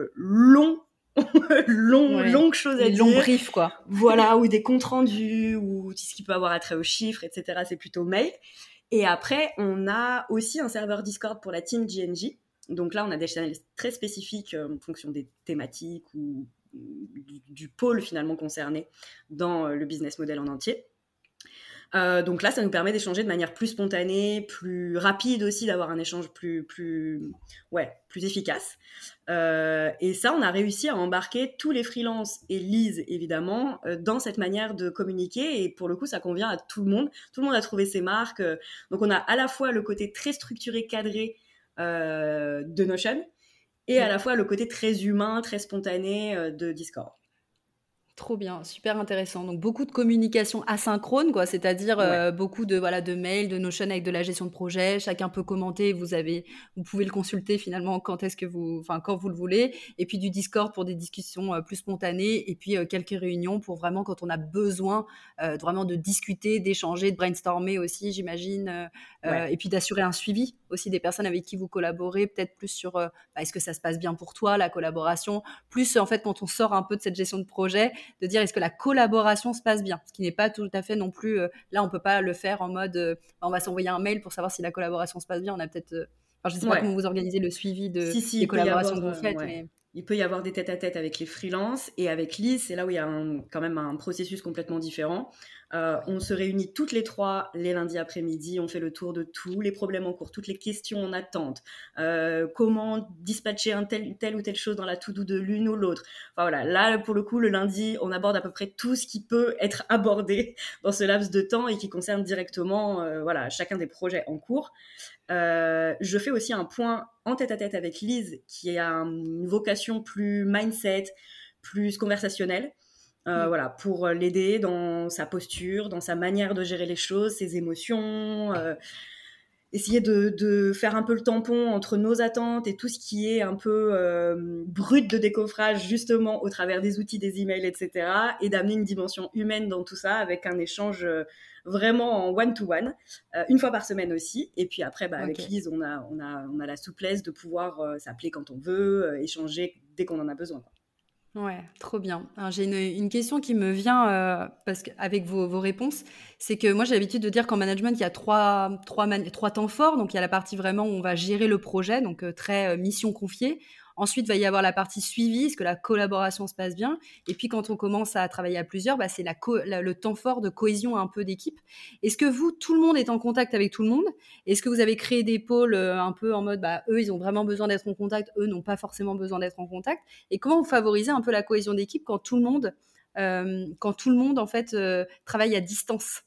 longue chose à dire. Longs briefs, quoi. Voilà, ou des comptes rendus, ou ce qui peut avoir attrait aux chiffres, etc. C'est plutôt mail. Et après, on a aussi un serveur Discord pour la team J&J. Donc là, on a des channels très spécifiques en fonction des thématiques ou du pôle finalement concerné dans le business model en entier. Donc là, ça nous permet d'échanger de manière plus spontanée, plus rapide aussi, d'avoir un échange plus efficace. Et ça, on a réussi à embarquer tous les freelances et Lise, évidemment, dans cette manière de communiquer. Et pour le coup, ça convient à tout le monde. Tout le monde a trouvé ses marques. Donc on a à la fois le côté très structuré, cadré de Notion, et à la fois le côté très humain, très spontané de Discord. Trop bien, super intéressant. Donc beaucoup de communication asynchrone, quoi, c'est-à-dire beaucoup de mails, de Notion avec de la gestion de projet. Chacun peut commenter, vous pouvez le consulter finalement quand vous le voulez. Et puis du Discord pour des discussions plus spontanées. Et puis quelques réunions pour vraiment quand on a besoin vraiment de discuter, d'échanger, de brainstormer aussi, j'imagine. Et puis d'assurer un suivi aussi des personnes avec qui vous collaborez, peut-être plus sur est-ce que ça se passe bien pour toi, la collaboration. Plus en fait quand on sort un peu de cette gestion de projet, de dire est-ce que la collaboration se passe bien, ce qui n'est pas tout à fait non plus là on peut pas le faire en mode on va s'envoyer un mail pour savoir si la collaboration se passe bien. On a peut-être je sais pas comment vous organisez le suivi des collaborations que vous faites, mais il peut y avoir des tête-à-tête avec les freelances, et avec Lise, c'est là où il y a quand même un processus complètement différent. On se réunit toutes les 3 les lundis après-midi, on fait le tour de tous les problèmes en cours, toutes les questions en attente, comment dispatcher telle ou telle chose dans la to-do de l'une ou l'autre. Enfin, voilà, là pour le coup le lundi on aborde à peu près tout ce qui peut être abordé dans ce laps de temps et qui concerne directement chacun des projets en cours. Je fais aussi un point en tête-à-tête avec Lise qui a une vocation plus mindset, plus conversationnel. Voilà, pour l'aider dans sa posture, dans sa manière de gérer les choses, ses émotions, essayer de faire un peu le tampon entre nos attentes et tout ce qui est un peu brut de décoffrage, justement, au travers des outils, des emails, etc. Et d'amener une dimension humaine dans tout ça avec un échange vraiment en one-to-one, une fois par semaine aussi. Et puis après, avec Lise, on a la souplesse de pouvoir s'appeler quand on veut, échanger dès qu'on en a besoin. Ouais, trop bien. Alors, j'ai une question qui me vient parce qu'avec vos réponses, c'est que moi j'ai l'habitude de dire qu'en management il y a trois temps forts. Donc il y a la partie vraiment où on va gérer le projet, donc très mission confiée. Ensuite, il va y avoir la partie suivi, est-ce que la collaboration se passe bien. Et puis quand on commence à travailler à plusieurs, c'est le temps fort de cohésion un peu d'équipe. Est-ce que vous, tout le monde est en contact avec tout le monde? Est-ce que vous avez créé des pôles un peu en mode, eux, ils ont vraiment besoin d'être en contact, eux n'ont pas forcément besoin d'être en contact? Et comment vous favorisez un peu la cohésion d'équipe quand tout le monde en fait travaille à distance?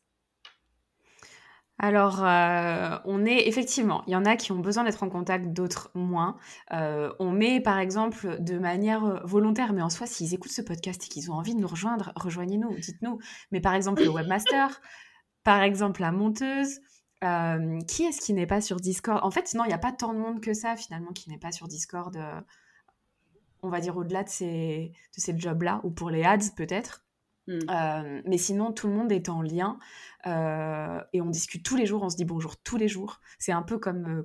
Alors, on est effectivement, il y en a qui ont besoin d'être en contact, d'autres moins. On met, par exemple, de manière volontaire, mais en soi, s'ils écoutent ce podcast et qu'ils ont envie de nous rejoindre, rejoignez-nous, dites-nous. Mais par exemple, le webmaster, par exemple, la monteuse, qui est-ce qui n'est pas sur Discord? En fait, non, il n'y a pas tant de monde que ça, finalement, qui n'est pas sur Discord, on va dire au-delà de ces jobs-là, ou pour les ads, peut-être. Mais sinon, tout le monde est en lien et on discute tous les jours, on se dit bonjour tous les jours. C'est un peu comme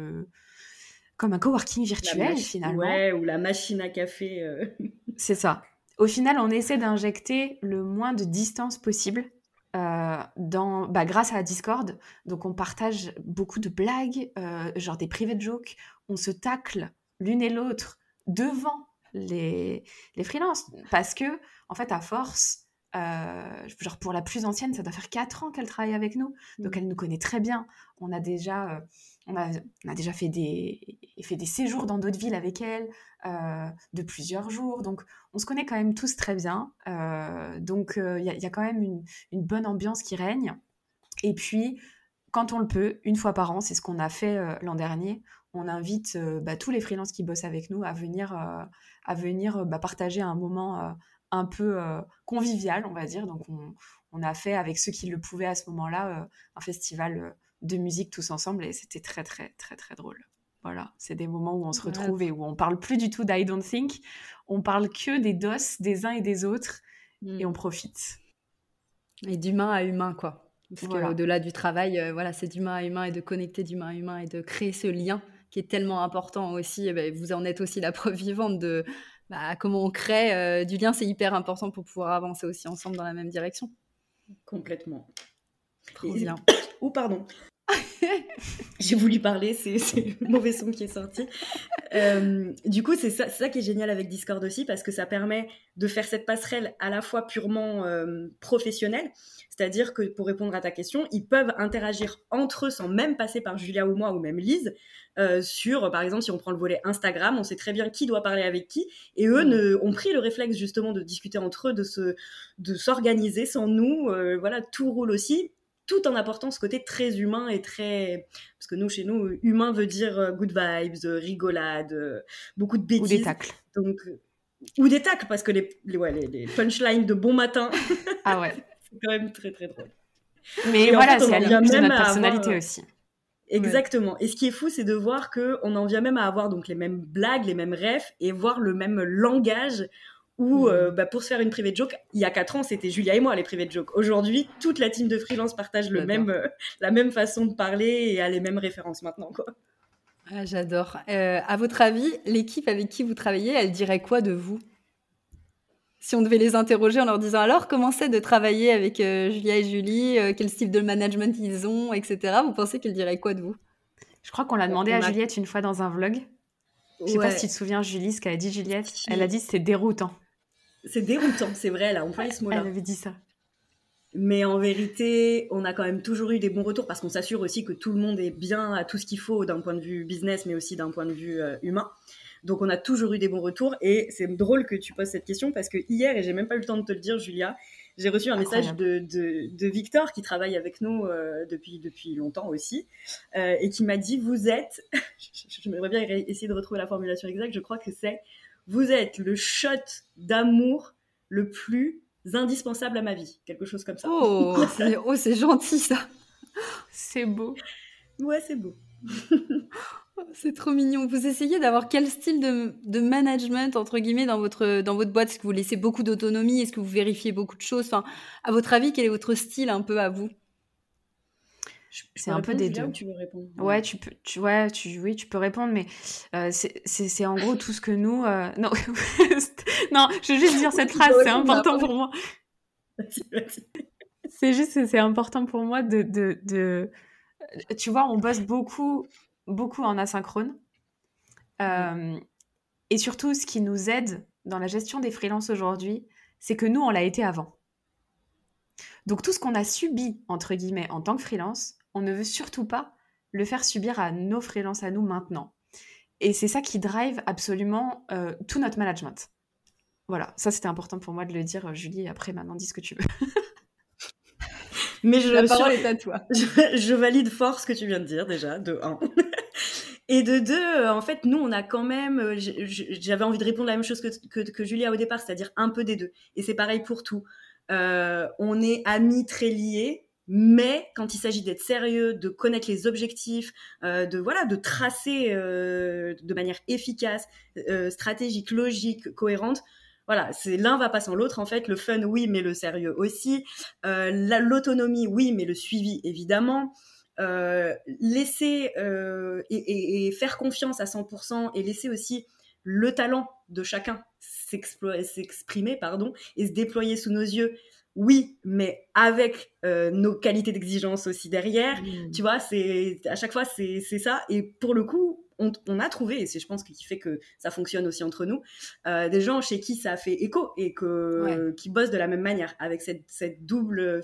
un coworking virtuel, finalement. Ouais, ou la machine à café. C'est ça. Au final, on essaie d'injecter le moins de distance possible grâce à Discord. Donc, on partage beaucoup de blagues, genre des private jokes. On se tacle l'une et l'autre devant les freelances. Parce que, en fait, à force... genre pour la plus ancienne, ça doit faire 4 ans qu'elle travaille avec nous, donc elle nous connaît très bien. On a déjà fait des séjours dans d'autres villes avec elle de plusieurs jours, donc on se connaît quand même tous très bien. Donc il y a quand même une bonne ambiance qui règne. Et puis quand on le peut, une fois par an, c'est ce qu'on a fait l'an dernier, on invite tous les freelances qui bossent avec nous à venir partager un moment un peu convivial, on va dire. Donc, on a fait, avec ceux qui le pouvaient à ce moment-là, un festival de musique tous ensemble et c'était très, très, très, très drôle. Voilà, c'est des moments où on se retrouve et où on parle plus du tout d'I Don't Think. On parle que des DOS des uns et des autres et on profite. Et d'humain à humain, quoi. Parce qu'au-delà du travail, c'est d'humain à humain et de connecter d'humain à humain et de créer ce lien qui est tellement important aussi. Vous en êtes aussi la preuve vivante de comment on crée du lien. C'est hyper important pour pouvoir avancer aussi ensemble dans la même direction. Complètement. Trop bien. Oh, pardon. J'ai voulu parler, c'est le mauvais son qui est sorti. Du coup, c'est ça qui est génial avec Discord aussi, parce que ça permet de faire cette passerelle à la fois purement professionnelle, c'est-à-dire que pour répondre à ta question, ils peuvent interagir entre eux sans même passer par Julia ou moi ou même Lise sur, par exemple, si on prend le volet Instagram, on sait très bien qui doit parler avec qui, et eux ont pris le réflexe justement de discuter entre eux, de s'organiser sans nous. Voilà, tout roule aussi, tout en apportant ce côté très humain et très... Parce que chez nous, humain veut dire good vibes, rigolade, beaucoup de bêtises. Ou des tacles. Donc, ou des tacles, parce que les punchlines de bon matin, ah ouais. c'est quand même très, très drôle. Mais voilà, c'est à l'image de notre personnalité aussi. Exactement. Ouais. Et ce qui est fou, c'est de voir qu'on en vient même à avoir donc les mêmes blagues, les mêmes refs, et voir le même langage où pour se faire une private joke, il y a 4 ans, c'était Julia et moi les private jokes. Aujourd'hui, toute la team de freelance partage la même façon de parler et a les mêmes références maintenant, quoi. Ah, j'adore. À votre avis, l'équipe avec qui vous travaillez, elle dirait quoi de vous? Si on devait les interroger en leur disant alors comment c'est de travailler avec Julia et Julie, quel type de management ils ont, etc. Vous pensez qu'elle dirait quoi de vous? Je crois qu'on l'a demandé à Juliette une fois dans un vlog. Je sais pas si tu te souviens, Julie, ce qu'elle a dit Juliette. Elle a dit c'est déroutant. C'est déroutant, c'est vrai, elle a employé ce mot-là. Elle avait dit ça. Mais en vérité, on a quand même toujours eu des bons retours parce qu'on s'assure aussi que tout le monde est bien à tout ce qu'il faut d'un point de vue business, mais aussi d'un point de vue humain. Donc, on a toujours eu des bons retours. Et c'est drôle que tu poses cette question parce que hier, et j'ai même pas eu le temps de te le dire, Julia, j'ai reçu un message de Victor qui travaille avec nous depuis longtemps aussi et qui m'a dit, vous êtes, j'aimerais bien essayer de retrouver la formulation exacte, je crois que c'est, vous êtes le shot d'amour le plus indispensable à ma vie. Quelque chose comme ça. C'est gentil ça. C'est beau. Ouais, c'est beau. C'est trop mignon. Vous essayez d'avoir quel style de management, entre guillemets, dans votre boîte? Est-ce que vous laissez beaucoup d'autonomie? Est-ce que vous vérifiez beaucoup de choses? Enfin, à votre avis, quel est votre style un peu à vous? C'est un peu des deux. Ou tu veux répondre? Ouais, tu peux répondre, mais c'est en gros tout ce que nous... Non. Non, je veux juste dire cette phrase, c'est important pour moi. C'est juste que c'est important pour moi de... Tu vois, on bosse beaucoup en asynchrone. Et surtout, ce qui nous aide dans la gestion des freelances aujourd'hui, c'est que nous, on l'a été avant. Donc, tout ce qu'on a subi, entre guillemets, en tant que freelance, on ne veut surtout pas le faire subir à nos freelances, à nous, maintenant. Et c'est ça qui drive absolument tout notre management. Voilà, ça, c'était important pour moi de le dire, Julie. Après, maintenant, dis ce que tu veux. Mais la parole est à toi. Je valide fort ce que tu viens de dire, déjà, de 1. Et de 2, en fait, nous, on a quand même... J'avais envie de répondre la même chose que Julia au départ, c'est-à-dire un peu des deux. Et c'est pareil pour tout. On est amis très liés, mais quand il s'agit d'être sérieux, de connaître les objectifs, de tracer de manière efficace, stratégique, logique, cohérente, voilà, l'un va pas sans l'autre, en fait. Le fun, oui, mais le sérieux aussi. L'autonomie, oui, mais le suivi, évidemment. Laisser et faire confiance à 100% et laisser aussi le talent de chacun s'exprimer et se déployer sous nos yeux, oui, mais avec nos qualités d'exigence aussi derrière. Tu vois, à chaque fois c'est ça, et pour le coup on a trouvé, et c'est je pense qui fait que ça fonctionne aussi entre nous, des gens chez qui ça a fait écho et qui bossent de la même manière, avec cette double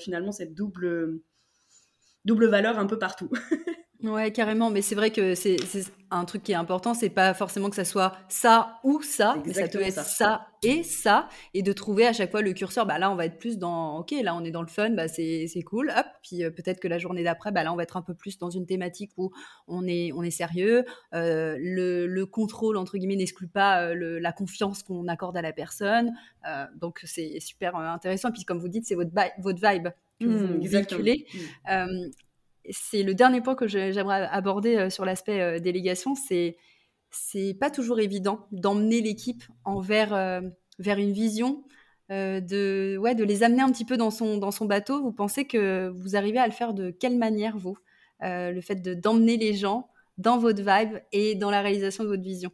valeur un peu partout. Ouais, carrément. Mais c'est vrai que c'est un truc qui est important. C'est pas forcément que ça soit ça ou ça, mais ça peut être ça et ça. Et de trouver à chaque fois le curseur. Bah là, on va être plus dans, ok, là, on est dans le fun, bah c'est cool. Hop. Puis peut-être que la journée d'après, bah là, on va être un peu plus dans une thématique où on est sérieux. Le contrôle, entre guillemets, n'exclut pas la confiance qu'on accorde à la personne. Donc, c'est super intéressant. Et puis, comme vous dites, c'est votre vibe que vous véhiculez. C'est le dernier point que j'aimerais aborder sur l'aspect délégation. C'est pas toujours évident d'emmener l'équipe vers une vision, de les amener un petit peu dans son bateau. Vous pensez que vous arrivez à le faire de quelle manière, vous, le fait d'emmener les gens dans votre vibe et dans la réalisation de votre vision?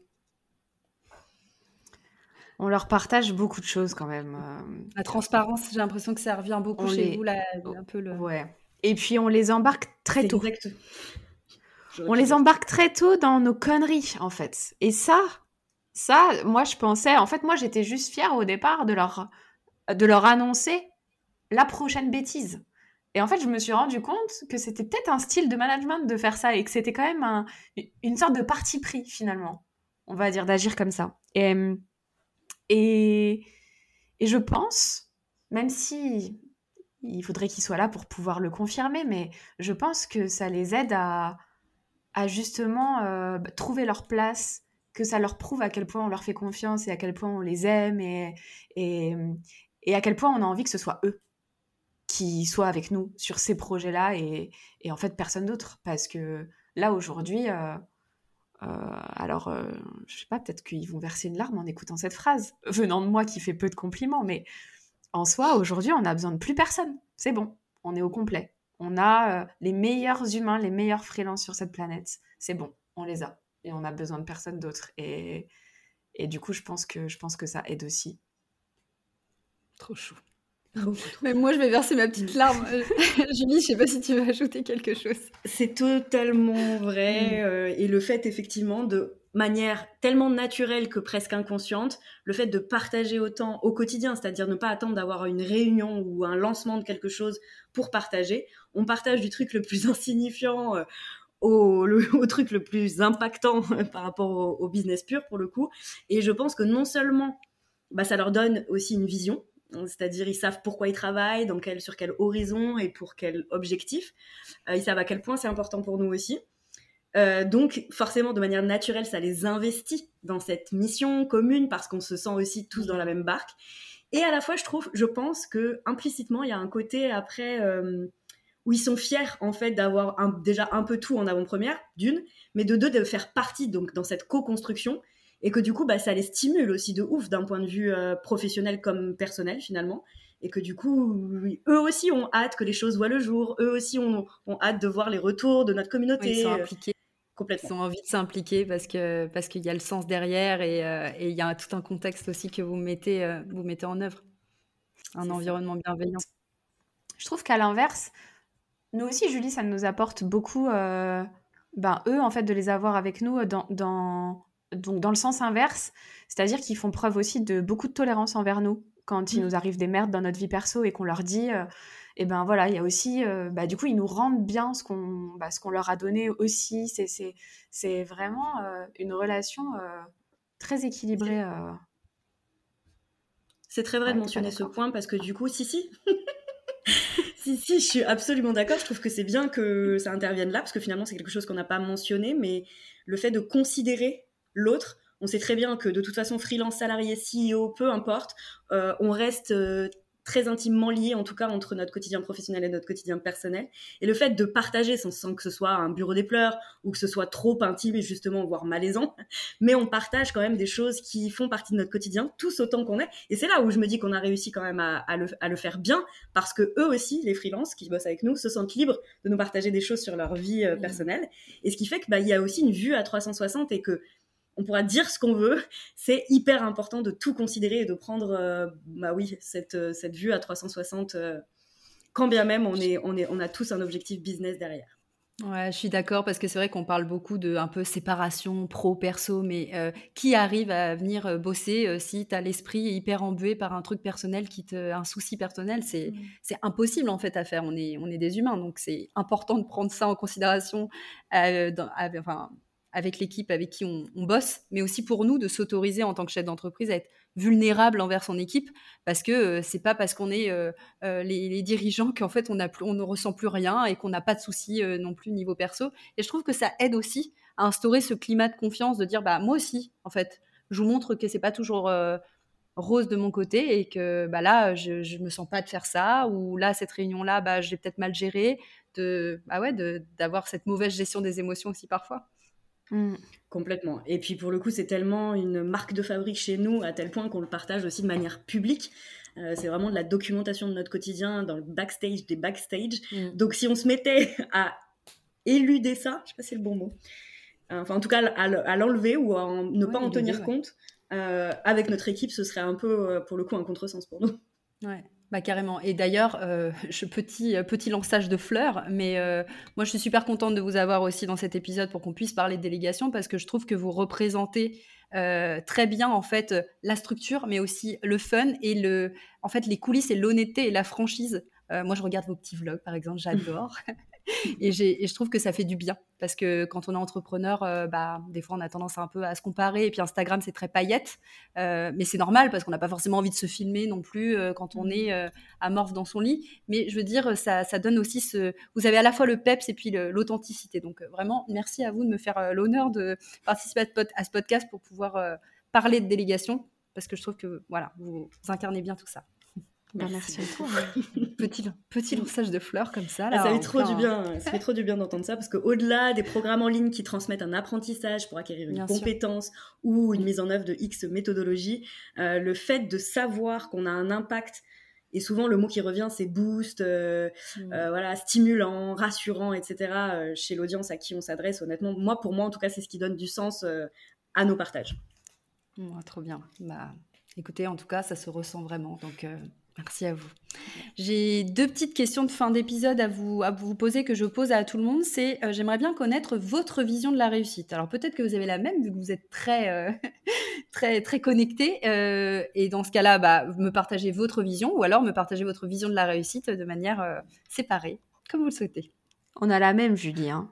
On leur partage beaucoup de choses quand même. La transparence, j'ai l'impression que ça revient beaucoup chez vous, là, un peu le... Ouais. Et puis on les embarque très tôt. Exact. On les embarque très tôt dans nos conneries, en fait. Et ça, moi je pensais... En fait, moi j'étais juste fière au départ de leur annoncer la prochaine bêtise. Et en fait, je me suis rendu compte que c'était peut-être un style de management de faire ça et que c'était quand même une sorte de parti pris, finalement. On va dire, d'agir comme ça. Et je pense, même si il faudrait qu'ils soient là pour pouvoir le confirmer, mais je pense que ça les aide à justement trouver leur place, que ça leur prouve à quel point on leur fait confiance et à quel point on les aime et à quel point on a envie que ce soit eux qui soient avec nous sur ces projets-là et en fait personne d'autre. Parce que là, aujourd'hui... je sais pas, peut-être qu'ils vont verser une larme en écoutant cette phrase, venant de moi qui fait peu de compliments, mais en soi, aujourd'hui, on n'a besoin de plus personne. C'est bon, on est au complet. On a les meilleurs humains, les meilleurs freelances sur cette planète. C'est bon, on les a. Et on a besoin de personne d'autre. Et du coup, je pense que ça aide aussi. Trop chou. Mais moi, je vais verser ma petite larme. Julie, je sais pas si tu veux ajouter quelque chose. C'est totalement vrai. Et le fait, effectivement, de manière tellement naturelle que presque inconsciente, le fait de partager autant au quotidien, c'est-à-dire ne pas attendre d'avoir une réunion ou un lancement de quelque chose pour partager. On partage du truc le plus insignifiant au truc le plus impactant par rapport au business pur, pour le coup. Et je pense que non seulement ça leur donne aussi une vision, c'est-à-dire ils savent pourquoi ils travaillent, sur quel horizon et pour quel objectif. Ils savent à quel point c'est important pour nous aussi. Donc, forcément, de manière naturelle, ça les investit dans cette mission commune parce qu'on se sent aussi tous dans la même barque. Et à la fois, je pense que implicitement, il y a un côté après où ils sont fiers en fait d'avoir déjà un peu tout en avant-première, d'une, mais de deux, de faire partie donc dans cette co-construction et que du coup, ça les stimule aussi de ouf d'un point de vue professionnel comme personnel finalement. Et que du coup, eux aussi ont hâte que les choses voient le jour, eux aussi ont hâte de voir les retours de notre Oui, ils sont communauté. impliqués. Ils Complètement. ont envie de s'impliquer parce qu'il y a le sens derrière et il y a tout un contexte aussi que vous mettez en œuvre. Un environnement bienveillant. Je trouve qu'à l'inverse, nous aussi, Julie, ça nous apporte beaucoup, eux, en fait, de les avoir avec nous donc dans le sens inverse, c'est-à-dire qu'ils font preuve aussi de beaucoup de tolérance envers nous quand il nous arrive des merdes dans notre vie perso et qu'on leur dit, et ben voilà, il y a aussi, du coup, ils nous rendent bien ce qu'on leur a donné aussi. C'est vraiment une relation très équilibrée. C'est très vrai de mentionner ce point parce que du coup, si, je suis absolument d'accord. Je trouve que c'est bien que ça intervienne là parce que finalement, c'est quelque chose qu'on n'a pas mentionné, mais le fait de considérer l'autre, on sait très bien que de toute façon, freelance, salarié, CEO, peu importe, on reste très intimement liés, en tout cas entre notre quotidien professionnel et notre quotidien personnel. Et le fait de partager, sans que ce soit un bureau des pleurs ou que ce soit trop intime et justement, voire malaisant, mais on partage quand même des choses qui font partie de notre quotidien, tous autant qu'on est. Et c'est là où je me dis qu'on a réussi quand même à le faire bien, parce que eux aussi, les freelances qui bossent avec nous, se sentent libres de nous partager des choses sur leur vie personnelle. Et ce qui fait qu'il y a aussi une vue à 360 et que on pourra dire ce qu'on veut. C'est hyper important de tout considérer et de prendre cette vue à 360, quand bien même on a tous un objectif business derrière. Ouais, je suis d'accord parce que c'est vrai qu'on parle beaucoup de un peu séparation pro-perso, mais qui arrive à venir bosser si tu as l'esprit hyper embué par un truc personnel un souci personnel, c'est impossible en fait à faire. On est des humains, donc c'est important de prendre ça en considération avec l'équipe avec qui on bosse, mais aussi pour nous de s'autoriser en tant que chef d'entreprise à être vulnérable envers son équipe, parce que c'est pas parce qu'on est les dirigeants qu'en fait on ne ressent plus rien et qu'on n'a pas de soucis non plus niveau perso. Et je trouve que ça aide aussi à instaurer ce climat de confiance, de dire moi aussi en fait je vous montre que c'est pas toujours rose de mon côté et que là je me sens pas de faire ça, ou là cette réunion là je l'ai peut-être mal gérée, d'avoir cette mauvaise gestion des émotions aussi parfois. Complètement. Et puis pour le coup, c'est tellement une marque de fabrique chez nous, à tel point qu'on le partage aussi de manière publique. C'est vraiment de la documentation de notre quotidien dans le backstage des backstage. Donc si on se mettait à éluder ça, je sais pas si c'est le bon mot, en tout cas à l'enlever ou à ne pas en tenir compte, avec notre équipe, ce serait un peu pour le coup un contresens pour nous. Ouais. Carrément. Et d'ailleurs, petit lançage de fleurs, mais moi je suis super contente de vous avoir aussi dans cet épisode pour qu'on puisse parler de délégation, parce que je trouve que vous représentez très bien en fait la structure, mais aussi le fun et en fait les coulisses et l'honnêteté et la franchise. Moi je regarde vos petits vlogs par exemple, j'adore. Et je trouve que ça fait du bien, parce que quand on est entrepreneur, des fois on a tendance un peu à se comparer, et puis Instagram c'est très paillettes, mais c'est normal parce qu'on n'a pas forcément envie de se filmer non plus quand on est amorphe dans son lit, mais je veux dire ça donne aussi vous avez à la fois le peps et puis l'authenticité, donc vraiment merci à vous de me faire l'honneur de participer à ce podcast pour pouvoir parler de délégation, parce que je trouve que voilà, vous incarnez bien tout ça. Merci à toi. Petit lançage de fleurs comme ça. Là, ça fait trop du bien. Ça fait trop du bien d'entendre ça, parce qu'au-delà des programmes en ligne qui transmettent un apprentissage pour acquérir une compétence ou une mise en œuvre de X méthodologie, le fait de savoir qu'on a un impact, et souvent le mot qui revient c'est boost, stimulant, rassurant, etc. Chez l'audience à qui on s'adresse, honnêtement, pour moi en tout cas, c'est ce qui donne du sens à nos partages. Trop bien. Écoutez, en tout cas, ça se ressent vraiment, donc merci à vous. J'ai 2 petites questions de fin d'épisode à vous poser, que je pose à tout le monde. C'est j'aimerais bien connaître votre vision de la réussite. Alors peut-être que vous avez la même, vu que vous êtes très très très connectés, et dans ce cas-là, me partagez votre vision, ou alors me partagez votre vision de la réussite de manière séparée, comme vous le souhaitez. On a la même, Julie, hein.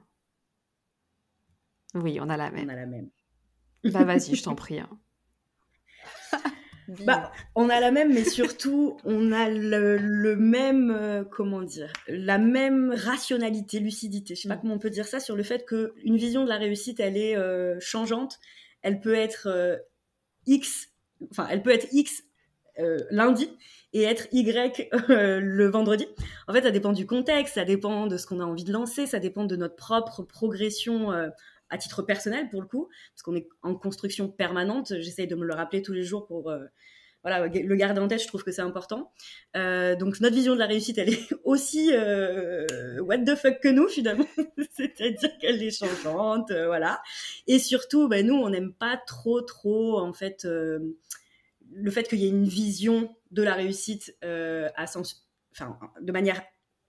Oui, on a la même. On a la même. Vas-y, je t'en prie. Hein. Bah, on a la même, mais surtout, on a le même, comment dire, la même rationalité, lucidité. Je sais pas comment on peut dire ça sur le fait qu'une vision de la réussite, elle est changeante. Elle peut être X, enfin, elle peut être X lundi et être Y le vendredi. En fait, ça dépend du contexte, ça dépend de ce qu'on a envie de lancer, ça dépend de notre propre progression à titre personnel pour le coup, parce qu'on est en construction permanente. J'essaye de me le rappeler tous les jours pour voilà, le garder en tête. Je trouve que c'est important. Donc notre vision de la réussite, elle est aussi what the fuck que nous finalement, c'est-à-dire qu'elle est changeante, voilà. Et surtout, nous, on n'aime pas trop en fait le fait qu'il y ait une vision de la réussite de manière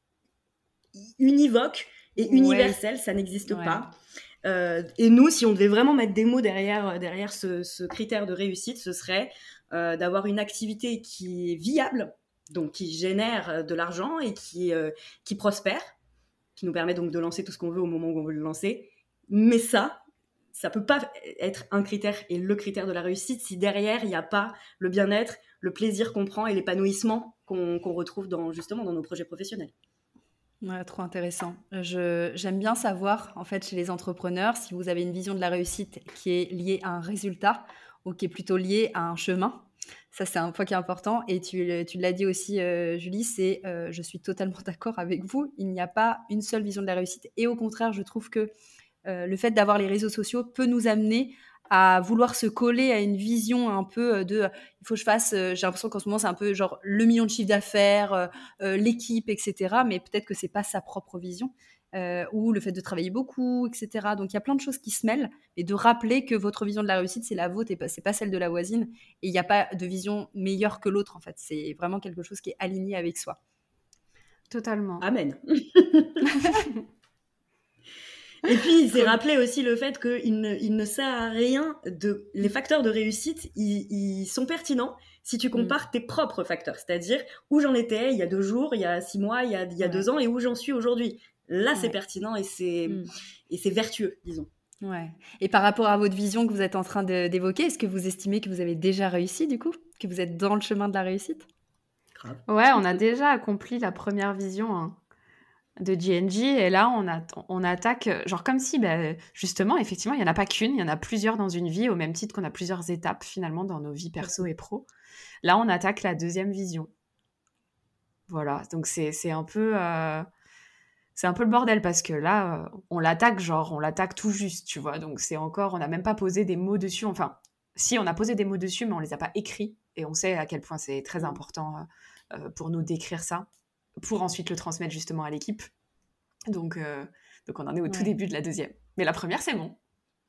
univoque et universelle, ça n'existe pas. Et nous, si on devait vraiment mettre des mots derrière ce critère de réussite, ce serait d'avoir une activité qui est viable, donc qui génère de l'argent et qui prospère, qui nous permet donc de lancer tout ce qu'on veut au moment où on veut le lancer. Mais ça peut pas être un critère et le critère de la réussite si derrière il n'y a pas le bien-être, le plaisir qu'on prend et l'épanouissement qu'on retrouve justement dans nos projets professionnels. Ouais, trop intéressant. J'aime bien savoir, en fait, chez les entrepreneurs, si vous avez une vision de la réussite qui est liée à un résultat ou qui est plutôt liée à un chemin. Ça, c'est un point qui est important. Et tu l'as dit aussi, Julie, je suis totalement d'accord avec vous. Il n'y a pas une seule vision de la réussite. Et au contraire, je trouve que le fait d'avoir les réseaux sociaux peut nous amener à vouloir se coller à une vision un peu il faut que je fasse, j'ai l'impression qu'en ce moment c'est un peu genre le million de chiffre d'affaires, l'équipe, etc. Mais peut-être que c'est pas sa propre vision, ou le fait de travailler beaucoup, etc. Donc il y a plein de choses qui se mêlent, et de rappeler que votre vision de la réussite c'est la vôtre et c'est pas celle de la voisine, et il n'y a pas de vision meilleure que l'autre en fait, c'est vraiment quelque chose qui est aligné avec soi. Totalement. Amen. Et puis, c'est rappeler aussi le fait qu'il ne sert à rien les facteurs de réussite, ils sont pertinents si tu compares tes propres facteurs. C'est-à-dire où j'en étais il y a 2 jours, il y a 6 mois, il y a 2 ans et où j'en suis aujourd'hui. Là, c'est pertinent et c'est vertueux, disons. Ouais. Et par rapport à votre vision que vous êtes en train d'évoquer, est-ce que vous estimez que vous avez déjà réussi du coup? Que vous êtes dans le chemin de la réussite? Grave. Ouais, on a déjà accompli la première vision de GNG, et là on attaque, genre comme si justement effectivement il n'y en a pas qu'une, il y en a plusieurs dans une vie, au même titre qu'on a plusieurs étapes finalement dans nos vies perso et pro. Là on attaque la deuxième vision. Voilà, donc c'est un peu le bordel, parce que là on l'attaque tout juste, tu vois, donc c'est encore, on n'a même pas posé des mots dessus, enfin si, on a posé des mots dessus mais on les a pas écrits, et on sait à quel point c'est très important pour nous d'écrire ça, pour ensuite le transmettre justement à l'équipe. Donc on en est au tout début de la deuxième. Mais la première, c'est bon.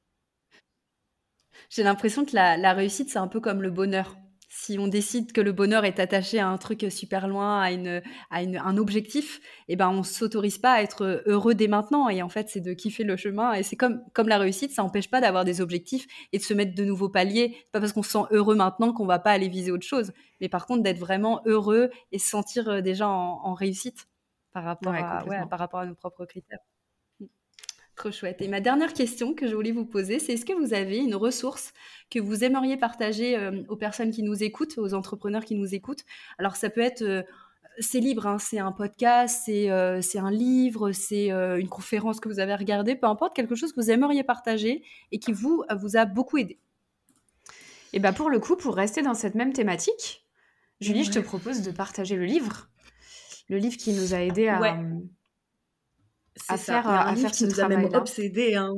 J'ai l'impression que la réussite, c'est un peu comme le bonheur. Si on décide que le bonheur est attaché à un truc super loin, à un objectif, on ne s'autorise pas à être heureux dès maintenant. Et en fait, c'est de kiffer le chemin. Et c'est comme la réussite, ça n'empêche pas d'avoir des objectifs et de se mettre de nouveaux paliers. Pas parce qu'on se sent heureux maintenant qu'on ne va pas aller viser autre chose. Mais par contre, d'être vraiment heureux et se sentir déjà en réussite par rapport à nos propres critères. Trop chouette. Et ma dernière question que je voulais vous poser, c'est est-ce que vous avez une ressource que vous aimeriez partager aux personnes qui nous écoutent, aux entrepreneurs qui nous écoutent? Alors ça peut être, c'est libre, hein, c'est un podcast, c'est un livre, c'est une conférence que vous avez regardée, peu importe, quelque chose que vous aimeriez partager et qui vous a beaucoup aidé. Et pour le coup, pour rester dans cette même thématique, Julie, je te propose de partager le livre qui nous a aidé à... à faire ce travail-là. Même obsédé, hein.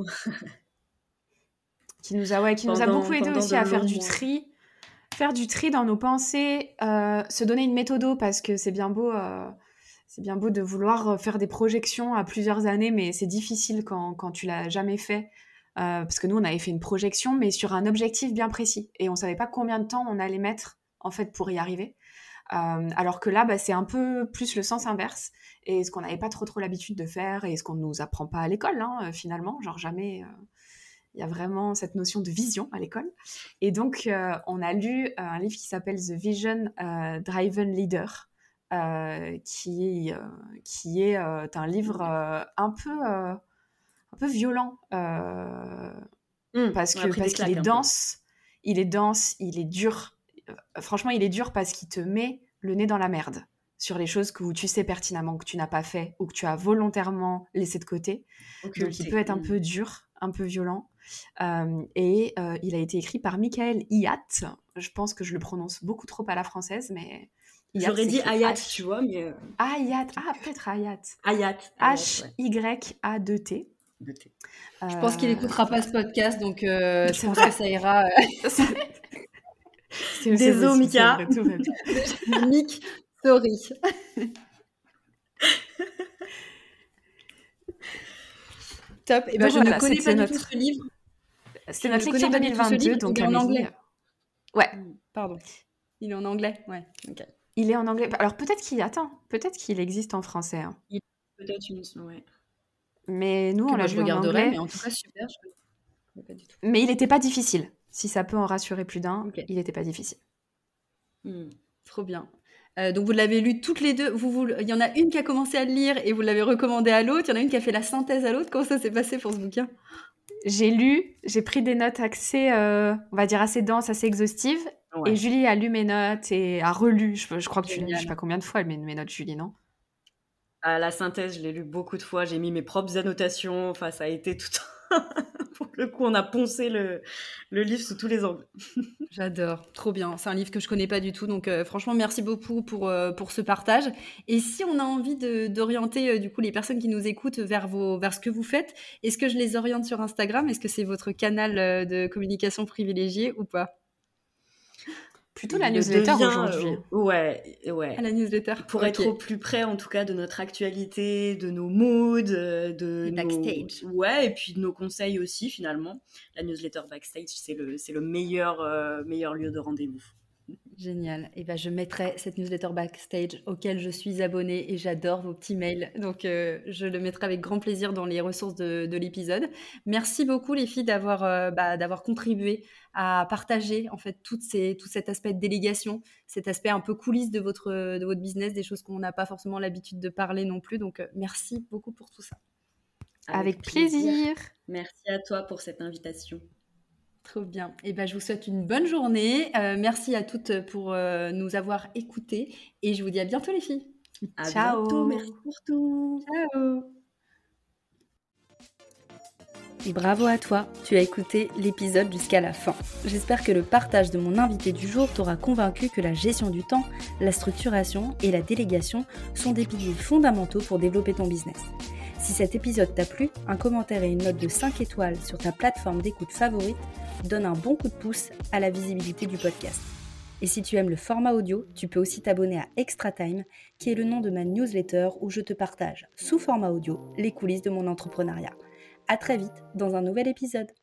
qui nous a beaucoup aidé aussi à faire du tri dans nos pensées, se donner une méthode, parce que c'est bien beau de vouloir faire des projections à plusieurs années, mais c'est difficile quand tu l'as jamais fait, parce que nous on avait fait une projection mais sur un objectif bien précis et on savait pas combien de temps on allait mettre en fait pour y arriver. Alors que là, c'est un peu plus le sens inverse, et ce qu'on n'avait pas trop l'habitude de faire, et ce qu'on ne nous apprend pas à l'école, finalement, genre jamais il y a vraiment cette notion de vision à l'école. Et donc, on a lu un livre qui s'appelle The Vision Driven Leader, qui est un livre un peu violent, parce qu'il est dense, il est dur. franchement, il est dur parce qu'il te met le nez dans la merde sur les choses où tu sais pertinemment que tu n'as pas fait ou que tu as volontairement laissé de côté. Occulté. Donc, il peut être un peu dur, un peu violent. Il a été écrit par Michael Hyatt. Je pense que je le prononce beaucoup trop à la française, mais... Hyatt, j'aurais dit s'écrit Hayat, tu vois, mais... Hayat, peut-être Hayat. Hayat. H-Y-A-2-T. Je pense qu'il n'écoutera pas ce podcast, donc je pense que ça ira. Désolé, Mika. Mick, sorry. Top. Et ben, je ne connais pas du tout ce livre. C'était notre lecture 2022, donc il est en anglais. Ouais. Pardon. Il est en anglais. Ouais. Okay. Il est en anglais. Alors peut-être qu'il existe en français. Hein. Peut-être ouais. Mais nous, on l'a vu en anglais. Mais en tout cas, super. Je connais pas du tout. Mais il n'était pas difficile. Si ça peut en rassurer plus d'un, il n'était pas difficile. Trop bien. Donc vous l'avez lu toutes les deux. Il y en a une qui a commencé à le lire et vous l'avez recommandé à l'autre. Il y en a une qui a fait la synthèse à l'autre. Comment ça s'est passé pour ce bouquin ? J'ai pris des notes on va dire assez denses, assez exhaustives. Ouais. Et Julie a lu mes notes et a relu. Je crois que tu l'as lu, je sais pas combien de fois, elle met mes notes, Julie, non ? La synthèse, je l'ai lu beaucoup de fois. J'ai mis mes propres annotations. Enfin, ça a été tout... Pour le coup, on a poncé le livre sous tous les angles. J'adore, trop bien. C'est un livre que je connais pas du tout, donc franchement, merci beaucoup pour ce partage. Et si on a envie d'orienter du coup les personnes qui nous écoutent vers ce que vous faites, est-ce que je les oriente sur Instagram ? Est-ce que c'est votre canal de communication privilégié ou pas ? Plutôt la newsletter aujourd'hui. Ouais. La newsletter. Pour être au plus près, en tout cas, de notre actualité, de nos moods, de nos... backstage. Ouais, et puis de nos conseils aussi, finalement. La newsletter backstage, c'est le meilleur lieu de rendez-vous. Génial. Et ben, je mettrai cette newsletter backstage auquel je suis abonnée et j'adore vos petits mails. Donc, je le mettrai avec grand plaisir dans les ressources de l'épisode. Merci beaucoup les filles d'avoir contribué à partager en fait tout cet aspect de délégation, cet aspect un peu coulisses de votre business, des choses qu'on n'a pas forcément l'habitude de parler non plus. Donc, merci beaucoup pour tout ça. Avec plaisir. Merci à toi pour cette invitation. Trop bien. Et ben, je vous souhaite une bonne journée. Merci à toutes pour nous avoir écoutés. Et je vous dis à bientôt les filles. Ciao. Bientôt. Merci pour tout. Ciao. Et bravo à toi, tu as écouté l'épisode jusqu'à la fin. J'espère que le partage de mon invité du jour t'aura convaincu que la gestion du temps, la structuration et la délégation sont des piliers fondamentaux pour développer ton business. Si cet épisode t'a plu, un commentaire et une note de 5 étoiles sur ta plateforme d'écoute favorite donne un bon coup de pouce à la visibilité du podcast. Et si tu aimes le format audio, tu peux aussi t'abonner à Extra Time, qui est le nom de ma newsletter où je te partage, sous format audio, les coulisses de mon entrepreneuriat. À très vite dans un nouvel épisode.